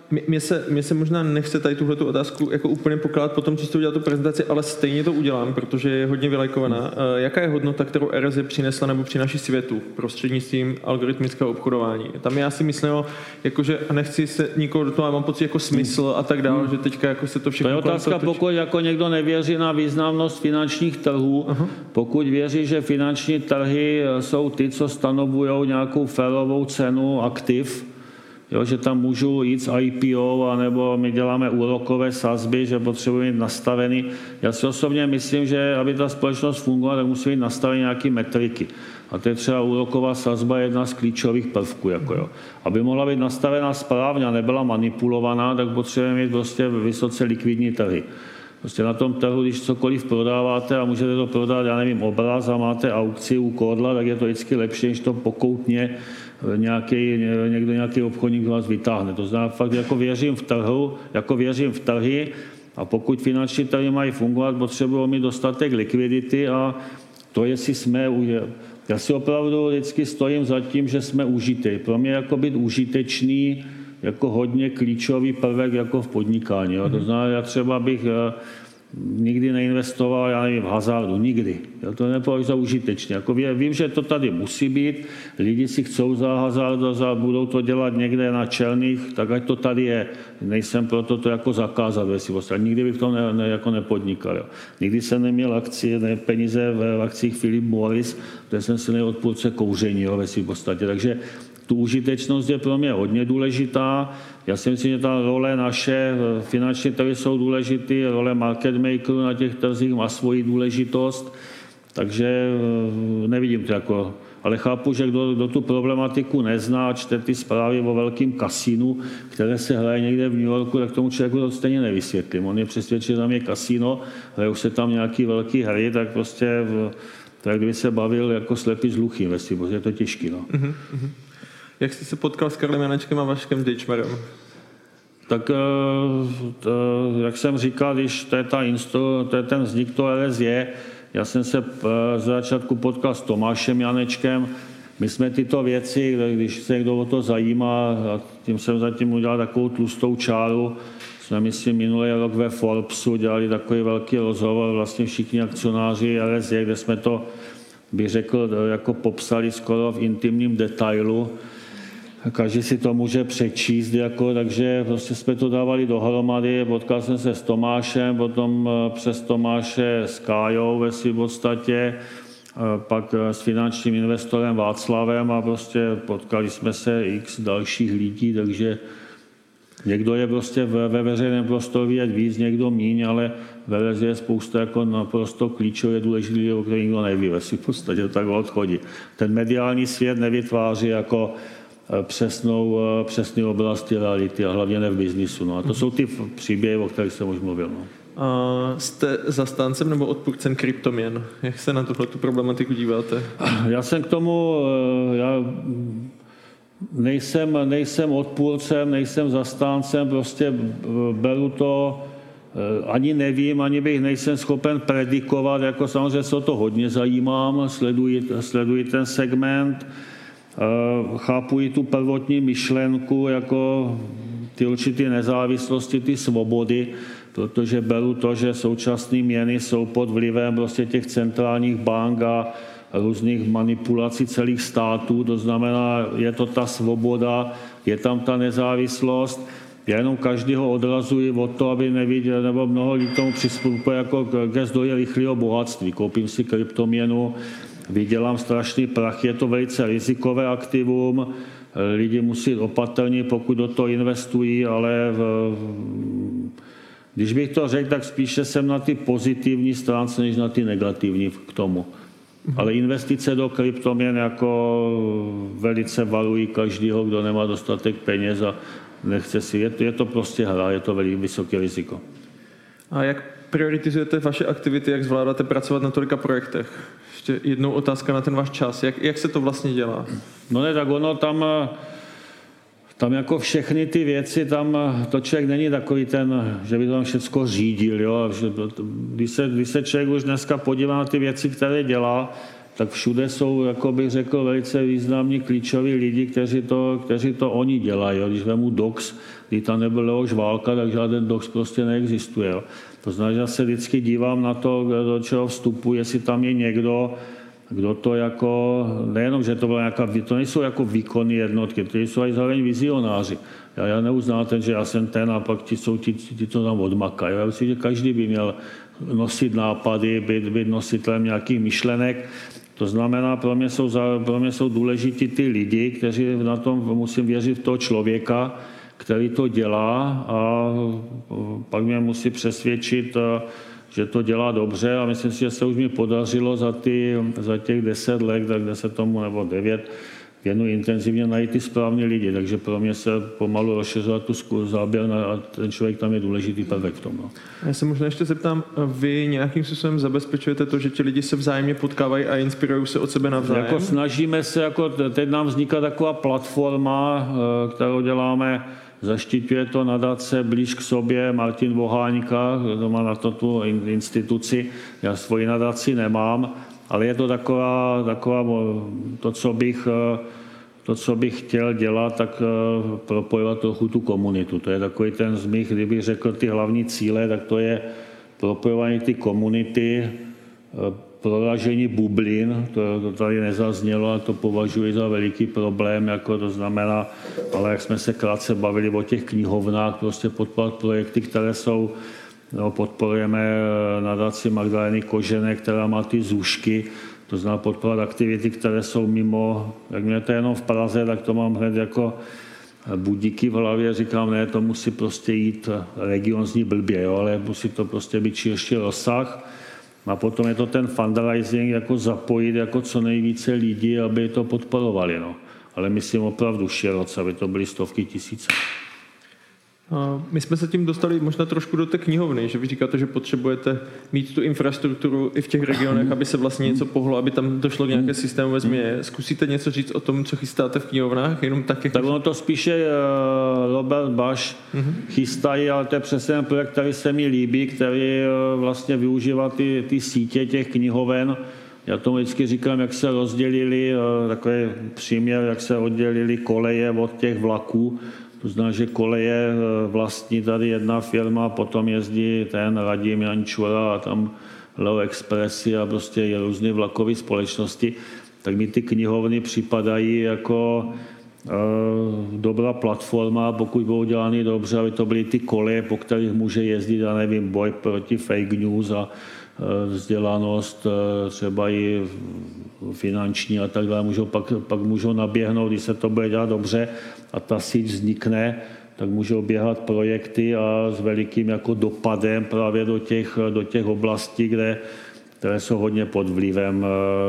Mně se, mě se možná nechce tady tuhletu otázku jako úplně pokládat po tom, co jste udělal tu prezentaci, ale stejně to udělám, protože je hodně vylajkovaná. Hmm. Jaká je hodnota, kterou R S E přinesla nebo přináší světu prostřednictvím algoritmického obchodování? Tam já si myslím, jako, že nechci se nikoho do toho, ale mám pocit jako smysl a tak dále, hmm. že teďka jako se to všechno... To je otázka, pokud jako někdo nevěří na významnost finančních trhů, uh-huh. pokud věří, že finanční trhy jsou ty, co stanovují nějakou férovou cenu aktiv, jo, že tam můžu jít s I P O, anebo my děláme úrokové sazby, že potřebujeme mít nastavený. Já si osobně myslím, že aby ta společnost fungovala, tak musí mít nastavené nějaké metriky. A to je třeba úroková sazba, jedna z klíčových prvků. Jako jo. Aby mohla být nastavená správně a nebyla manipulovaná, tak potřebujeme mít prostě vysoce likvidní trhy. Prostě na tom trhu, když cokoliv prodáváte a můžete to prodat, já nevím, obraz a máte aukci u Kodla, tak je to vždycky lepší, než to pokoutně nějaký, někdo nějaký obchodník vás vytáhne. To znamená, fakt jako věřím v trhu, jako věřím v trhy a pokud finanční trhy mají fungovat, potřebují mít dostatek likvidity a to, jestli jsme, já si opravdu vždycky stojím za tím, že jsme užitej. Pro mě jako být užitečný jako hodně klíčový prvek jako v podnikání. Jo. To znamená, já třeba bych nikdy neinvestoval, já nevím, v hazardu, nikdy. Já to nepovažuji za užitečně. Jako vím, že to tady musí být, lidi si chcou za hazard, za, budou to dělat někde na čelných, tak ať to tady je. Nejsem proto to jako zakázat ve si nikdy bych to ne, ne, jako nepodnikal. Jo. Nikdy jsem neměl akcie, ne, peníze v akcích Philip Morris, kde jsem si neodpůrce kouření jo, ve si podstatě. Takže tu užitečnost je pro mě hodně důležitá. Já si myslím, že ta role naše, finanční trhy jsou důležitý, role market makerů na těch trzích má svoji důležitost, takže nevidím to jako, ale chápu, že kdo, kdo tu problematiku nezná, čte ty zprávy o velkým kasínu, které se hraje někde v New Yorku, tak tomu člověku to stejně nevysvětlím. On je přesvědčen, že tam je kasíno, hrajou se tam nějaký velký hry, tak prostě tak kdyby se bavil jako slepý s hluchým, protože je to těžký. No. Uh-huh, uh-huh. Jak jste se potkal s Karlem Janečkem a Vaškem Dejčmerem? Tak, to, jak jsem říkal, když to je, ta instru, to je ten vznik toho R S E, já jsem se z začátku potkal s Tomášem Janečkem. My jsme tyto věci, když se někdo o to zajímá, a tím jsem zatím udělal takovou tlustou čáru, jsme, myslím, minulý rok ve Forbesu dělali takový velký rozhovor, vlastně všichni akcionáři R S E, kde jsme to, bych řekl, jako popsali skoro v intimním detailu. Každý si to může přečíst, jako, takže prostě jsme to dávali dohromady, potkal jsem se s Tomášem, potom přes Tomáše s Kájou ve svým podstatě, pak s finančním investorem Václavem a prostě potkali jsme se x dalších lidí, takže někdo je prostě ve, ve veřejném prostoru vidět víc, někdo míň, ale ve veřejnosti je spousta jako naprosto klíčově důležitých, o kterých nikdo neví, ve svým podstatě to tak odchodí. Ten mediální svět nevytváří jako přesnou, přesný obraz té reality a hlavně ne v biznisu. No. A to jsou ty příběhy, o kterých jsem už mluvil. No. A jste zastáncem nebo odpůrcem kryptoměn? Jak se na tuhle problematiku díváte? Já jsem k tomu, já nejsem, nejsem odpůrcem, nejsem zastáncem, prostě beru to, ani nevím, ani bych nejsem schopen predikovat, jako samozřejmě se o to hodně zajímám, sleduji, sleduji ten segment, chápu i tu prvotní myšlenku, jako ty určité nezávislosti, ty svobody, protože beru to, že současné měny jsou pod vlivem prostě těch centrálních bank a různých manipulací celých států, to znamená, je to ta svoboda, je tam ta nezávislost, já jenom každýho odrazuji od to, aby neviděl, nebo mnoho lidí tomu přistupuje jako ke zdroji rychlého bohatství. Koupím si kryptoměnu, vydělám strašný prach, je to velice rizikové aktivum, lidi musí opatrně, pokud do toho investují, ale v, když bych to řekl, tak spíše jsem na ty pozitivní stránce, než na ty negativní k tomu. Ale investice do kryptoměn jako velice varují každýho, kdo nemá dostatek peněz a nechce si. Je to, je to prostě hra, je to velmi vysoké riziko. A jak prioritizujete vaše aktivity, jak zvládáte pracovat na tolika projektech? Ještě jednou otázka na ten váš čas. Jak, jak se to vlastně dělá? No ne, tak ono tam, tam jako všechny ty věci, tam to člověk není takový ten, že by tam všecko řídil. Jo? Když, se, když se člověk už dneska podívá na ty věci, které dělá, tak všude jsou, jako bych řekl, velice významní klíčoví lidi, kteří to, kteří to oni dělají. Když vemu Docs, kdy tam nebyl Leoš Válka, tak žádný Docs prostě neexistuje. To znamená, že já se vždycky dívám na to, do čeho vstupuje, jestli tam je někdo, kdo to jako, nejenom, že to bylo nějaká, to nejsou jako výkonné jednotky, to jsou i zároveň vizionáři. Já, já neuznám ten, že já jsem ten a pak ti jsou ti, ti to tam odmakají. Já myslím, že každý by měl nosit nápady, být, být nositelem nějakých myšlenek. To znamená, pro mě jsou, pro mě jsou důležití ty lidi, kteří na tom musím věřit v toho člověka, který to dělá a pak mě musí přesvědčit, že to dělá dobře a myslím si, že se už mi podařilo za, ty, za těch deset let, tak deset tomu nebo devět, věnuji intenzivně najít ty správní lidi, takže pro mě se pomalu rozšiřovat tu záběr a ten člověk tam je důležitý prvek v tom. No. Já se možná ještě zeptám, vy nějakým způsobem zabezpečujete to, že ti lidi se vzájemně potkávají a inspirují se od sebe navzájem? Jako snažíme se, jako teď nám vzniká taková platforma, kterou děláme, zaštiťuje to nadace Blíž k sobě, Martin Voháňka, to má na to tu instituci, já svoji nadaci nemám, ale je to taková, taková to, co bych, to, co bych chtěl dělat, tak propojovat trochu tu komunitu. To je takový ten z mých, kdybych řekl ty hlavní cíle, tak to je propojování ty komunity, proražení bublin, to, to tady nezaznělo a to považuji za veliký problém, jako to znamená, ale jak jsme se krátce bavili o těch knihovnách, prostě podporovat projekty, které jsou, no, podporujeme nadaci Magdaleny Kožené, která má ty zůžky, to znamená podporovat aktivity, které jsou mimo, jak mě to jenom v Praze, tak to mám hned jako budíky v hlavě, říkám, ne, to musí prostě jít, region zní blbě, jo, ale musí to prostě být širší rozsah. A potom je to ten fundraising, jako zapojit jako co nejvíce lidí, aby to podporovali. No. Ale myslím opravdu široce, aby to byly stovky tisíce. My jsme se tím dostali možná trošku do té knihovny, že vy říkáte, že potřebujete mít tu infrastrukturu i v těch regionech, aby se vlastně něco pohlo, aby tam došlo k nějaké systémové změně. Zkusíte něco říct o tom, co chystáte v knihovnách? Jenom tak, jak... tak ono to spíše Robert Baš uh-huh. chystají, ale to je přesně ten projekt, který se mi líbí, který vlastně využívá ty, ty sítě těch knihoven. Já tomu vždycky říkám, jak se rozdělili, takový příměr, jak se oddělili koleje od těch vlaků. To znamená, že koleje vlastní tady jedna firma, potom jezdí ten Radim Jančura a tam Leo Expressy a prostě je různé vlakové společnosti. Tak mi ty knihovny připadají jako e, dobrá platforma, pokud budou dělány dobře, aby to byly ty koleje, po kterých může jezdit, já nevím, boj proti fake news a e, vzdělanost, e, třeba i finanční a tak dále, můžou, pak, pak můžou naběhnout, když se to bude dělat dobře a ta síť vznikne, tak můžou běhat projekty a s velikým jako dopadem právě do těch, do těch oblastí, kde, které jsou hodně pod vlivem,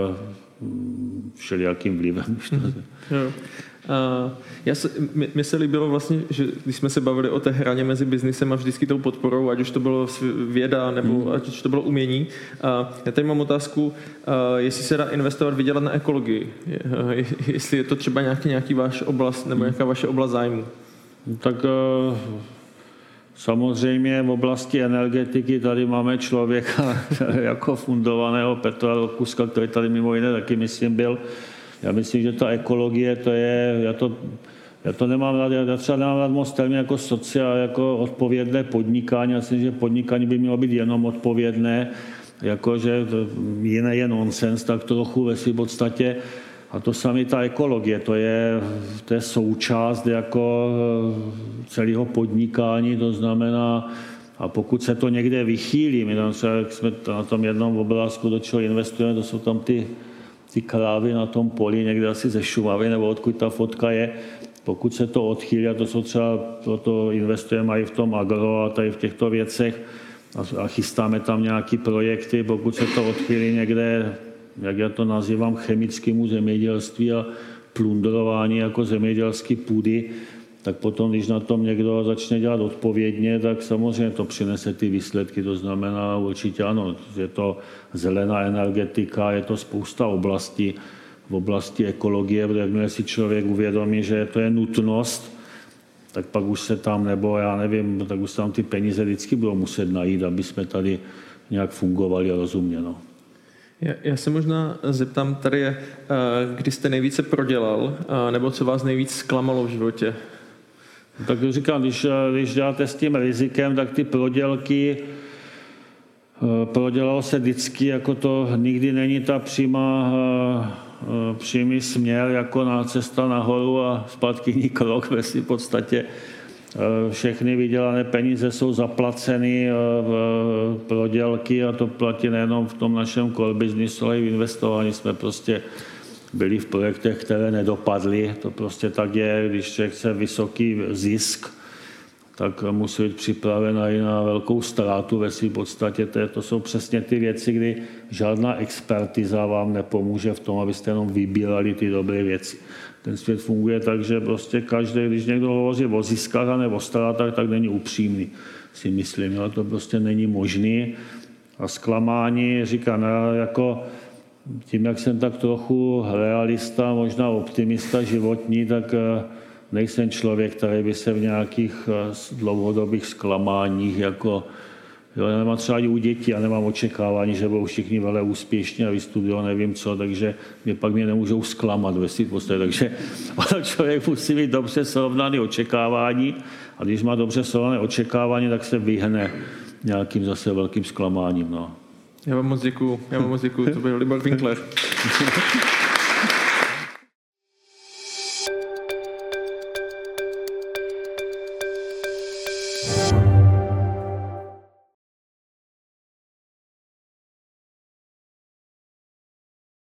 všelijakým vlivem. Hmm. Uh, já se, mě se líbilo vlastně, že když jsme se bavili o té hraně mezi biznisem a vždycky tou podporou, ať už to bylo věda nebo mm. ať už to bylo umění. Uh, já tady mám otázku, uh, jestli se dá investovat, vydělat na ekologii. Uh, jestli je to třeba nějaký, nějaký váš oblast nebo nějaká vaše oblast zájmu. Tak uh, samozřejmě v oblasti energetiky tady máme člověka jako fundovaného Petra Rokuska, který tady mimo jiné taky myslím byl. Já myslím, že ta ekologie, to je, já to, já to nemám rád, já třeba nemám rád moc termín jako sociál, jako odpovědné podnikání. Já myslím, že podnikání by mělo být jenom odpovědné, jakože jiné je nonsens, tak trochu ve své podstatě. A to samé ta ekologie, to je, to je součást jako celého podnikání, to znamená, a pokud se to někde vychýlí, my tam se, jak jsme na tom jednom obrázku, do čeho investujeme, to jsou tam ty ty krávy na tom poli, někde asi ze Šumavy, nebo odkud ta fotka je, pokud se to odchýlí, a to jsou třeba, proto investujeme i v tom agro a tady v těchto věcech a chystáme tam nějaké projekty, pokud se to odchýlí někde, jak já to nazývám, chemickému zemědělství a plundrování jako zemědělské půdy, tak potom, když na tom někdo začne dělat odpovědně, tak samozřejmě to přinese ty výsledky. To znamená určitě ano, je to zelená energetika, je to spousta oblastí v oblasti ekologie, protože jakmile si člověk uvědomí, že to je nutnost, tak pak už se tam, nebo já nevím, tak už se tam ty peníze vždycky budou muset najít, aby jsme tady nějak fungovali rozumně. No. Já, já se možná zeptám tady, kdy jste nejvíce prodělal, nebo co vás nejvíc zklamalo v životě? Tak říkám, když, když děláte s tím rizikem, tak ty prodělky, prodělalo se vždycky, jako to nikdy není ta přímá, přímý směr, jako na cesta nahoru a zpátky krok, ve v podstatě. Všechny vydělané peníze jsou zaplaceny v prodělky a to platí nejenom v tom našem core businessu, ale i v investování jsme prostě byli v projektech, které nedopadly. To prostě tak je, když člověk chce vysoký zisk, tak musí být připraven i na velkou ztrátu ve své podstatě. To, je, to jsou přesně ty věci, kdy žádná expertiza vám nepomůže v tom, abyste jenom vybírali ty dobré věci. Ten svět funguje tak, že prostě každý, když někdo hovoří o ziskách nebo o ztrátách, tak není upřímný, si myslím. Ale to prostě není možný. A zklamání, říkám, jako tím, jak jsem tak trochu realista, možná optimista životní, tak nejsem člověk, který by se v nějakých dlouhodobých zklamáních, jako, jo, já nemám třeba i u dětí, já nemám očekávání, že budou všichni velmi úspěšní a vystudují nevím co, takže mě pak mě nemůžou zklamat ve svým podstatě. Takže člověk musí mít dobře srovnané očekávání a když má dobře srovnané očekávání, tak se vyhne nějakým zase velkým zklamáním. No. Já vám moc děkuju, já vám moc děkuju, to byl Libor Winkler.